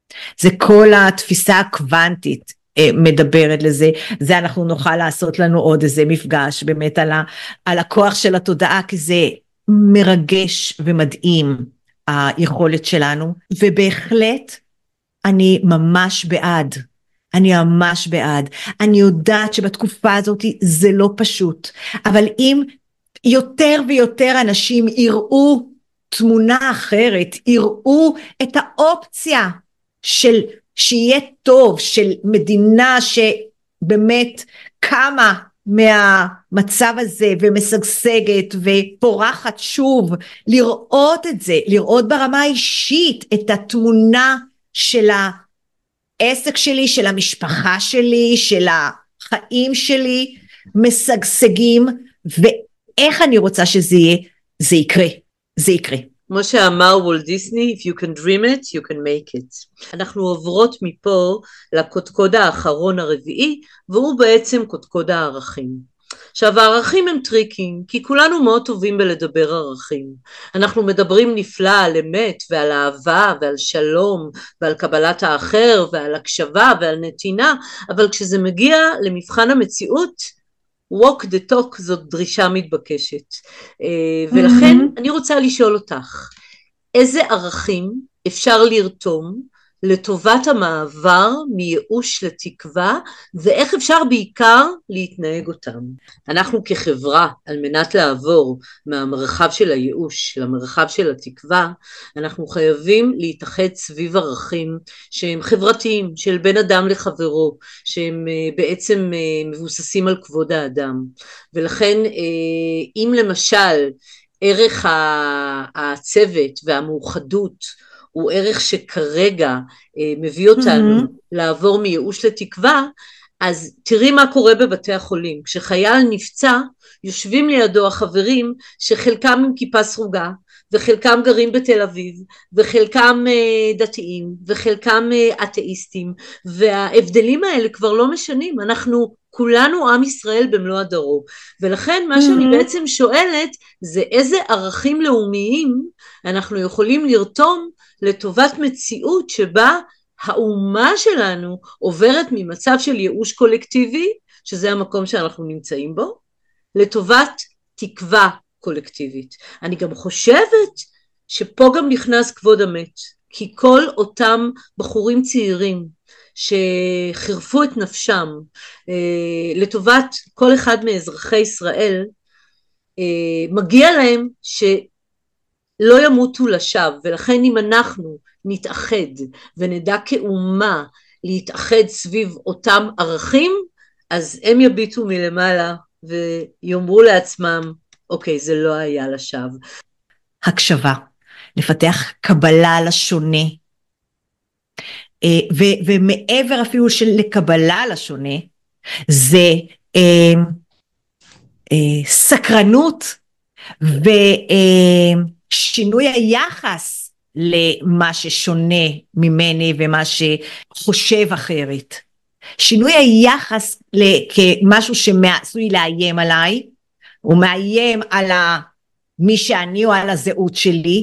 זה כל התפיסה הקוונטית מדברת לזה, זה אנחנו נוכל לעשות לנו עוד איזה מפגש באמת על, ה, על הכוח של התודעה, כי זה מרגש ומדהים היכולת שלנו, ובהחלט אני ממש בעד, אני ממש בעד, אני יודעת שבתקופה הזאת זה לא פשוט, אבל אם יותר ויותר אנשים יראו תמונה אחרת, יראו את האופציה של שיהיה טוב, של מדינה שבאמת קמה מהמצב הזה ומשגשגת ופורחת שוב, לראות את זה, לראות ברמה האישית את התמונה של העסק שלי, של המשפחה שלי, של החיים שלי, משגשגים, ואיך אני רוצה שזה יהיה, זה יקרה, זה יקרה. כמו שאמר וולט דיסני, if you can dream it, you can make it. אנחנו עוברות מפה לקודקוד האחרון הרביעי, והוא בעצם קודקוד הערכים. עכשיו הערכים הם טריקים, כי כולנו מאוד טובים בלדבר ערכים. אנחנו מדברים נפלא על אמת ועל אהבה ועל שלום ועל קבלת האחר ועל הקשבה ועל נתינה, אבל כשזה מגיע למבחן המציאות, walk the talk זאת דרישה מתבקשת, ולכן mm-hmm. אני רוצה לשאול אותך, איזה ערכים אפשר לרתום לטובת המעבר מייאוש לתקווה, ואיך אפשר בעיקר להתנהג אותם? אנחנו כחברה, על מנת לעבור מהמרחב של הייאוש למרחב של התקווה, אנחנו חייבים להתאחד סביב ערכים שהם חברתיים, של בין אדם לחברו, שהם בעצם מבוססים על כבוד האדם. ולכן אם למשל ערך הצוות והמאוחדות הוא ערך שכרגע אה, מביא אותנו mm-hmm. לעבור מייאוש לתקווה, אז תראי מה קורה בבתי החולים. כשחייל נפצע, יושבים לידו החברים שחלקם עם כיפה סרוגה, וחלקם גרים בתל אביב, וחלקם אה, דתיים, וחלקם אה, אתאיסטים, וההבדלים האלה כבר לא משנים, אנחנו כולנו עם ישראל במלוא הדרו, ולכן מה mm-hmm. שאני בעצם שואלת, זה איזה ערכים לאומיים אנחנו יכולים לרתום לטובת מציאות שבה האומה שלנו עוברת ממצב של ייאוש קולקטיבי, שזה המקום שאנחנו נמצאים בו, לטובת תקווה קולקטיבית. אני גם חושבת שפה גם נכנס כבוד המת, כי כל אותם בחורים צעירים שחירפו את נפשם אה, לטובת כל אחד מאזרחי ישראל, אה, מגיע להם ש... לא ימותו לשווא, ולכן אם אנחנו נתאחד ונדע כאומה להתאחד סביב אותם ערכים, אז הם יביטו מלמעלה ויאמרו לעצמם, אוקיי, זה לא היה לשווא. הקשבה, לפתח קבלה לשונה, ו- ומעבר אפילו של לקבלה לשונה, זה אה, אה, סקרנות ו... אה, שינוי היחס למה ששונה ממני ומה שחושב אחרת. שינוי היחס כמשהו שעשוי לאיים עליי, הוא מאיים על מי שאני או על הזהות שלי,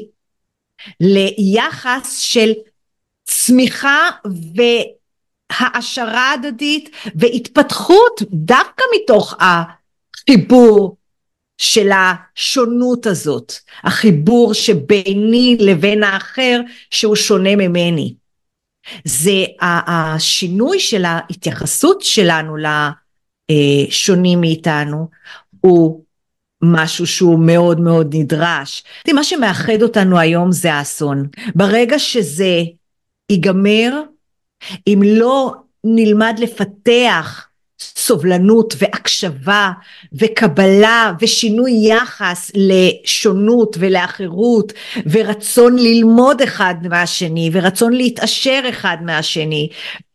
ליחס של צמיחה והעשרה הדדית והתפתחות דווקא מתוך החיבור של השונות הזאת, החיבור שביני לבין האחר שהוא שונה ממני. זה השינוי של ההתייחסות שלנו לשונים מאיתנו, הוא משהו שהוא מאוד מאוד נדרש. מה שמאחד אותנו היום זה האסון. ברגע שזה ייגמר, אם לא נלמד לפתח סובלנות והקשבה וקבלה ושינוי יחס לשונות ולאחרות ורצון ללמוד אחד מהשני ורצון להתעשר אחד מהשני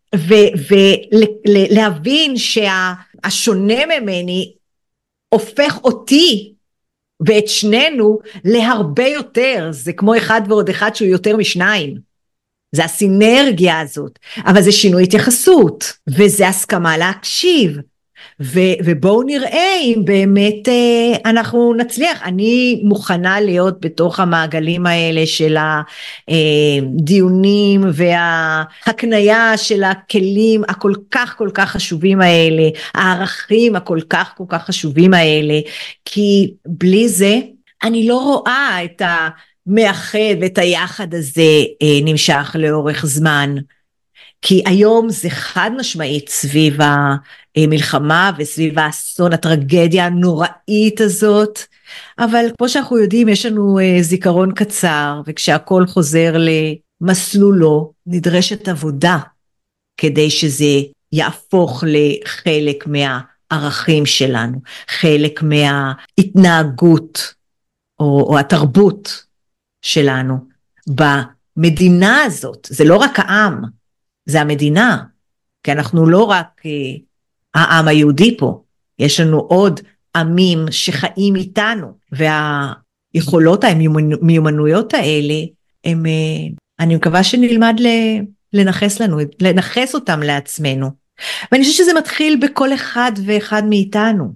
ולהבין שהשונה ממני הופך אותי ואת שנינו להרבה יותר, זה כמו אחד ועוד אחד שהוא יותר משניים. זה הסינרגיה הזאת, אבל זה שינוי התייחסות, וזה הסכמה להקשיב, ו- ובואו נראה אם באמת אה, אנחנו נצליח. אני מוכנה להיות בתוך המעגלים האלה של הדיונים וההקניה של הכלים הכל כך כל כך חשובים האלה, הערכים הכל כך כל כך חשובים האלה, כי בלי זה אני לא רואה את המאחד ואת היחד הזה אה, נמשך לאורך זמן. כי היום זה חד משמעית סביב המלחמה וסביב האסון, הטרגדיה הנוראית הזאת, אבל כמו שאנחנו יודעים יש לנו זיכרון קצר, וכשהכל חוזר למסלולו נדרשת עבודה כדי שזה יהפוך לחלק מהערכים שלנו, חלק מההתנהגות או, או התרבות שלנו במדינה הזאת. זה לא רק העם, זה המדינה, כי אנחנו לא רק אה, העם היהודי פה, יש לנו עוד עמים שחיים איתנו, והיכולות, המיומנויות האלה, הם, אה, אני מקווה שנלמד לנחס לנו, לנחס אותם לעצמנו, ואני חושבת שזה מתחיל בכל אחד ואחד מאיתנו,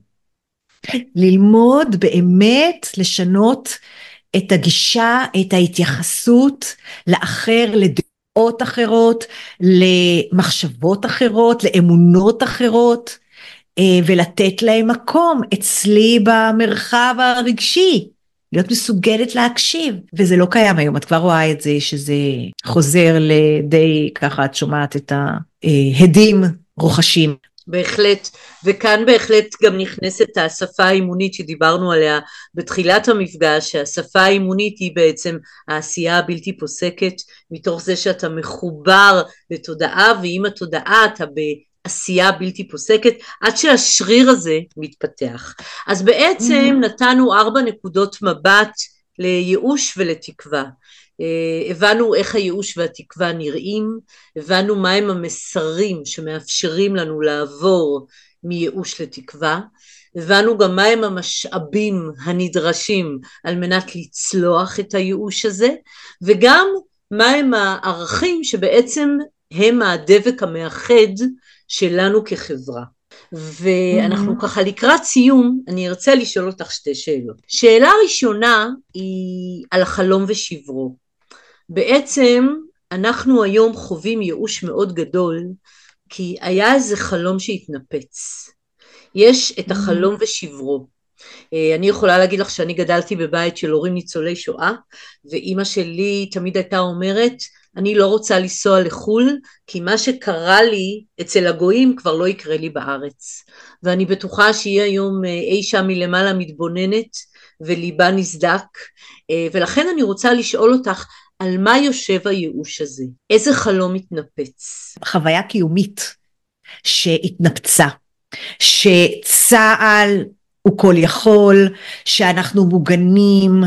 ללמוד באמת לשנות את הגישה, את ההתייחסות לאחר, לדעות אחרות, למחשבות אחרות, לאמונות אחרות, ולתת להם מקום אצלי במרחב הרגשי, להיות מסוגלת להקשיב, וזה לא קיים היום. את כבר רואה את זה שזה חוזר לדי ככה, את שומעת את ההדים רוחשים. בהחלט, וכאן בהחלט גם נכנסת השפה האימונית שדיברנו עליה בתחילת המפגש, שהשפה האימונית היא בעצם העשייה הבלתי פוסקת, מתוך זה שאתה מחובר לתודעה, ועם התודעה אתה בעשייה בלתי פוסקת, עד שהשריר הזה מתפתח. אז בעצם mm-hmm. נתנו ארבע נקודות מבט לייאוש ולתקווה. הבנו איך הייאוש והתקווה נראים, הבנו מהם המסרים שמאפשרים לנו לעבור מייאוש לתקווה, הבנו גם מהם המשאבים הנדרשים על מנת לצלוח את הייאוש הזה, וגם מהם הערכים שבעצם הם הדבק המאחד שלנו כחברה. ואנחנו mm-hmm. ככה לקראת סיום, אני ארצה לשאול אותך שתי שאלות. שאלה ראשונה היא על החלום ושברו. בעצם אנחנו היום חווים ייאוש מאוד גדול, כי היה איזה חלום שהתנפץ. יש את החלום mm-hmm. ושברו. אני יכולה להגיד לך שאני גדלתי בבית של הורים ניצולי שואה, ואימא שלי תמיד הייתה אומרת, אני לא רוצה לנסוע לחול, כי מה שקרה לי אצל הגויים כבר לא יקרה לי בארץ. ואני בטוחה שהיא היום אי שם מלמעלה מתבוננת, וליבה נסדק, ולכן אני רוצה לשאול אותך, על מה יושב הייאוש הזה? איזה חלום התנפץ? חוויה קיומית שהתנפצה, שצהל הוא כל יכול, שאנחנו מוגנים,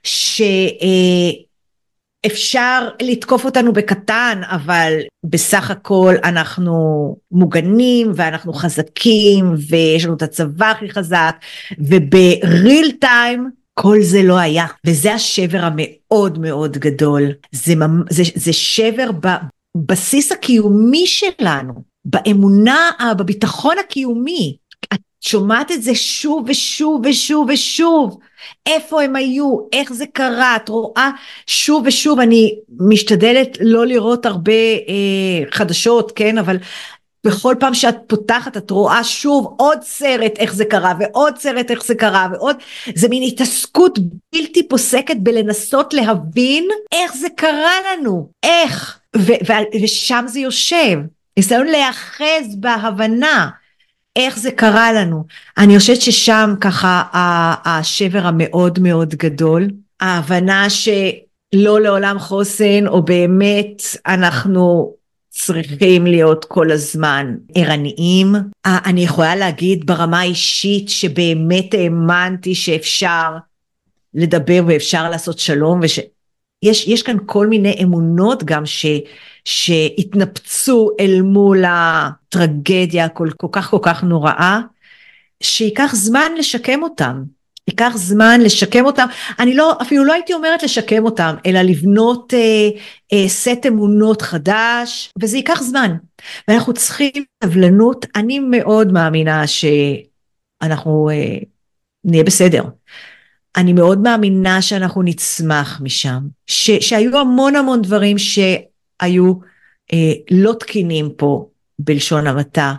שאפשר לתקוף אותנו בקטן, אבל בסך הכל אנחנו מוגנים, ואנחנו חזקים, ויש לנו את הצבא הכי חזק, ובריל טיים, כל זה לא היה, וזה השבר המאוד מאוד גדול, זה, זה, זה שבר בבסיס הקיומי שלנו, באמונה, בביטחון הקיומי, את שומעת את זה שוב ושוב ושוב ושוב, איפה הם היו, איך זה קרה, את רואה שוב ושוב, אני משתדלת לא לראות הרבה אה, חדשות, כן, אבל בכל פעם שאת פותחת את רואה שוב עוד סרט איך זה קרה, ועוד סרט איך זה קרה, ועוד, זה מין התעסקות בלתי פוסקת בלנסות להבין איך זה קרה לנו, איך, ו- ו- ושם זה יושב, ניסיון להיאחז בהבנה, איך זה קרה לנו. אני חושבת ששם ככה השבר המאוד מאוד גדול, ההבנה שלא לעולם חוסן, או באמת אנחנו צריכים להיות כל הזמן ערניים. אני יכולה להגיד ברמה האישית שבאמת האמנתי שאפשר לדבר ואפשר לעשות שלום, ויש יש כאן כל מיני אמונות גם ש, שהתנפצו אל מול הטרגדיה כל, כל כך כל כך נוראה, שיקח זמן לשקם אותם, ייקח זמן לשקם אותם, אני לא, אפילו לא הייתי אומרת לשקם אותם, אלא לבנות אה, אה, סט אמונות חדש, וזה ייקח זמן, ואנחנו צריכים סבלנות. אני מאוד מאמינה שאנחנו אה, נהיה בסדר, אני מאוד מאמינה שאנחנו נצמח משם, ש, שהיו המון המון דברים שהיו אה, לא תקינים פה, בלשון המעטה,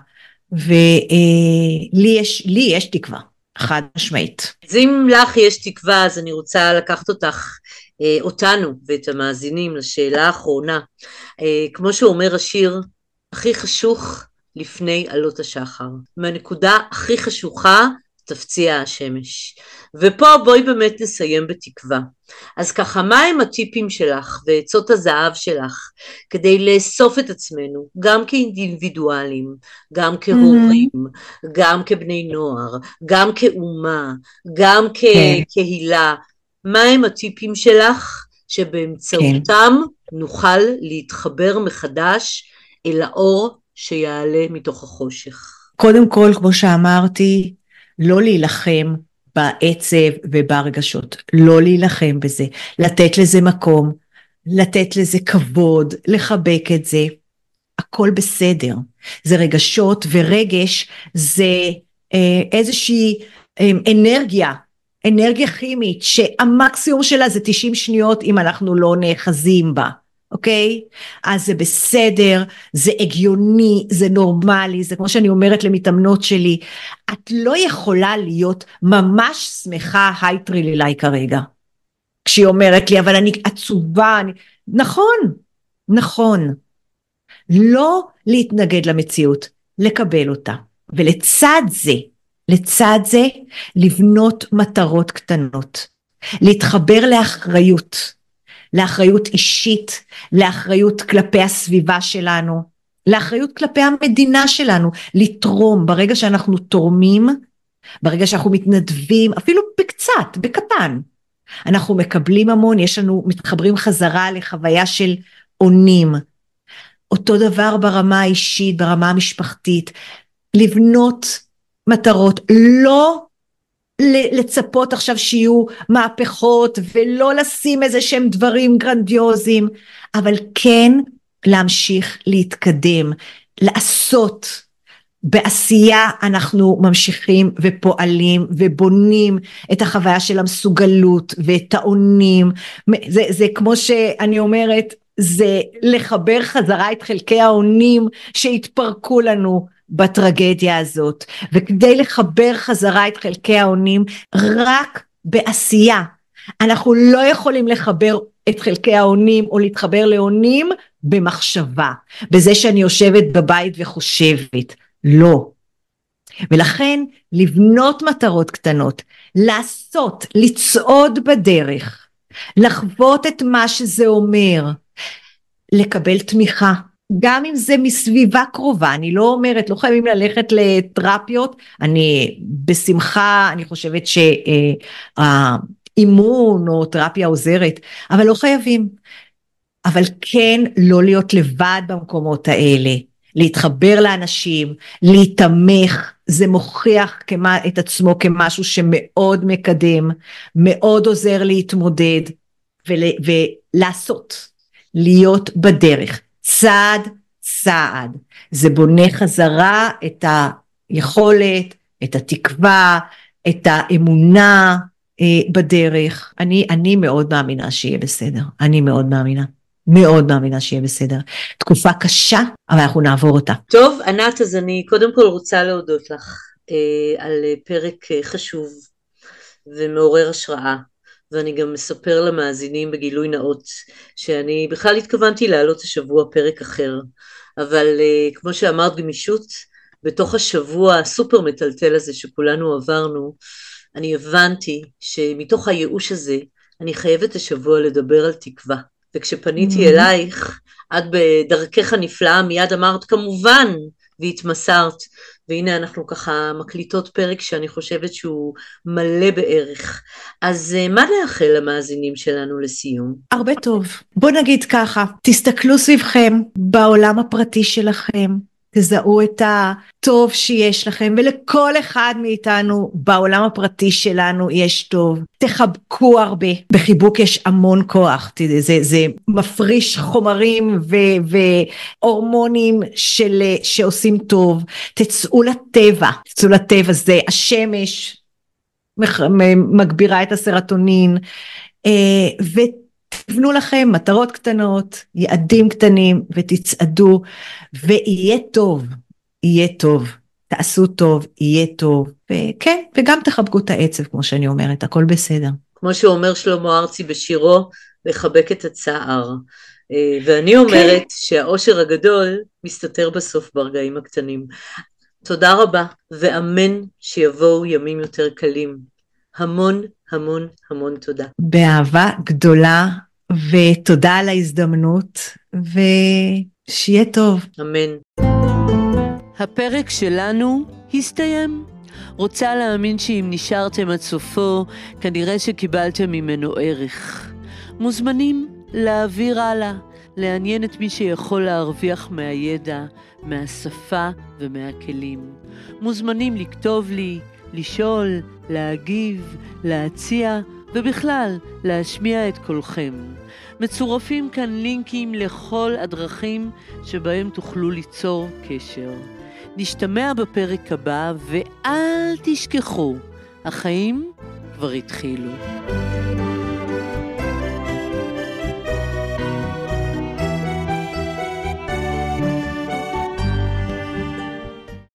ולי יש, לי יש תקווה. חד משמעית. אז אם לך יש תקווה, אז אני רוצה לקחת אותך, אותנו ואת המאזינים לשאלה האחרונה. כמו שאומר השיר, הכי חשוך לפני עלות השחר. מהנקודה הכי חשוכה תפציע השמש. ופה בואי באמת נסיים בתקווה. אז ככה, מה הם הטיפים שלך ועצות הזהב שלך כדי לאסוף את עצמנו, גם כאינדיבידואלים, גם כהורים, mm-hmm. גם כבני נוער, גם כאומה, גם כקהילה, okay. מה הם הטיפים שלך שבאמצעותם okay. נוכל להתחבר מחדש אל האור שיעלה מתוך החושך? קודם כל, כמו שאמרתי, לא להילחם בעצב וברגשות, לא להילחם בזה, לתת לזה מקום, לתת לזה כבוד, לחבק את זה, הכל בסדר. זה רגשות, ורגש זה אה, איזושהי אה, אנרגיה, אנרגיה כימית, שהמקסימום שלה זה תשעים שניות אם אנחנו לא נאחזים בה. אוקיי? אז זה בסדר, זה הגיוני, זה נורמלי, זה כמו שאני אומרת למתאמנות שלי, את לא יכולה להיות ממש שמחה הייטרילילי כרגע, כשהיא אומרת לי, אבל אני עצובה, אני... נכון, נכון, לא להתנגד למציאות, לקבל אותה, ולצד זה, לצד זה, לבנות מטרות קטנות, להתחבר לאחריות, לאחריות אישית, לאחריות כלפי הסביבה שלנו, לאחריות כלפי המדינה שלנו, לתרום. ברגע שאנחנו תורמים, ברגע שאנחנו מתנדבים, אפילו בקצת, בקטן, אנחנו מקבלים המון, יש לנו, מתחברים חזרה לחוויה של עונים. אותו דבר ברמה האישית, ברמה המשפחתית, לבנות מטרות, לא לצפות עכשיו שיהיו מהפכות, ולא לשים איזה שהם דברים גרנדיוזיים, אבל כן להמשיך להתקדם, לעשות. בעשייה אנחנו ממשיכים ופועלים ובונים את החוויה של המסוגלות ואת העונים. זה, זה כמו שאני אומרת, זה לחבר חזרה את חלקי העונים שהתפרקו לנו בטרגדיה הזאת, וכדי לחבר חזרה את חלקי העונים רק בעשייה. אנחנו לא יכולים לחבר את חלקי העונים או להתחבר לעונים במחשבה, בזה שאני יושבת בבית וחושבת, לא. ולכן לבנות מטרות קטנות, לעשות, לצעוד בדרך, לחוות את מה שזה אומר, לקבל תמיכה, גם אם זה מסביבה קרובה. אני לא אומרת, לא חייבים ללכת לתרפיות, אני בשמחה, אני חושבת שהאימון או תרפיה עוזרת, אבל לא חייבים. אבל כן לא להיות לבד במקומות האלה, להתחבר לאנשים, להתמך, זה מוכיח כמה, את עצמו כמשהו שמאוד מקדם, מאוד עוזר להתמודד, ול, ולעשות, להיות בדרך. צעד צעד, זה בונה חזרה את היכולת, את התקווה, את האמונה אה, בדרך. אני, אני מאוד מאמינה שיהיה בסדר, אני מאוד מאמינה, מאוד מאמינה שיהיה בסדר. תקופה קשה, אבל אנחנו נעבור אותה. טוב, ענת, אז אני קודם כל רוצה להודות לך אה, על פרק חשוב ומעורר השראה. ואני גם מספר למאזינים בגילוי נאות, שאני בכלל התכוונתי להעלות השבוע פרק אחר, אבל uh, כמו שאמרת גמישות, בתוך השבוע הסופר מטלטל הזה שכולנו עברנו, אני הבנתי שמתוך הייאוש הזה, אני חייבת השבוע לדבר על תקווה, וכשפניתי mm-hmm. אלייך, את בדרכך הנפלאה מיד אמרת כמובן, והתמסרת, והנה אנחנו ככה מקליטות פרק שאני חושבת שהוא מלא בערך. אז מה נאחל למאזינים שלנו לסיום? הרבה טוב. בוא נגיד ככה, תסתכלו סביבכם בעולם הפרטי שלכם, תזהו את הטוב שיש לכם, ולכל אחד מאיתנו בעולם הפרטי שלנו יש טוב. תחבקו הרבה, בחיבוק יש המון כוח, זה, זה מפריש חומרים ו- והורמונים של, שעושים טוב. תצאו לטבע, תצאו לטבע, זה השמש מגבירה את הסרטונין, ו... תבנו לכם מטרות קטנות, יעדים קטנים, ותצעדו, ויהיה טוב, יהיה טוב, תעשו טוב, יהיה טוב, וכן, וגם תחבקו את העצב, כמו שאני אומרת, הכל בסדר. כמו שאומר שלמה ארצי בשירו, לחבק את הצער, ואני אומרת כן. שהאושר הגדול מסתתר בסוף ברגעים הקטנים. תודה רבה, ואמן שיבואו ימים יותר קלים. המון המון המון תודה. באהבה גדולה, ותודה על ההזדמנות, ושיהיה טוב. אמן. הפרק שלנו הסתיים. רוצה להאמין שאם נשארתם עד סופו, כנראה שקיבלתם ממנו ערך. מוזמנים להעביר הלאה, לעניין את מי שיכול להרוויח מהידע, מהשפה ומהכלים. מוזמנים לכתוב לי, לשאול, להגיב, להציע, ובכלל להשמיע את קולכם. מצורפים כאן לינקים לכל הדרכים שבהם תוכלו ליצור קשר. נשתמע בפרק הבא, ואל תשכחו, החיים כבר התחילו.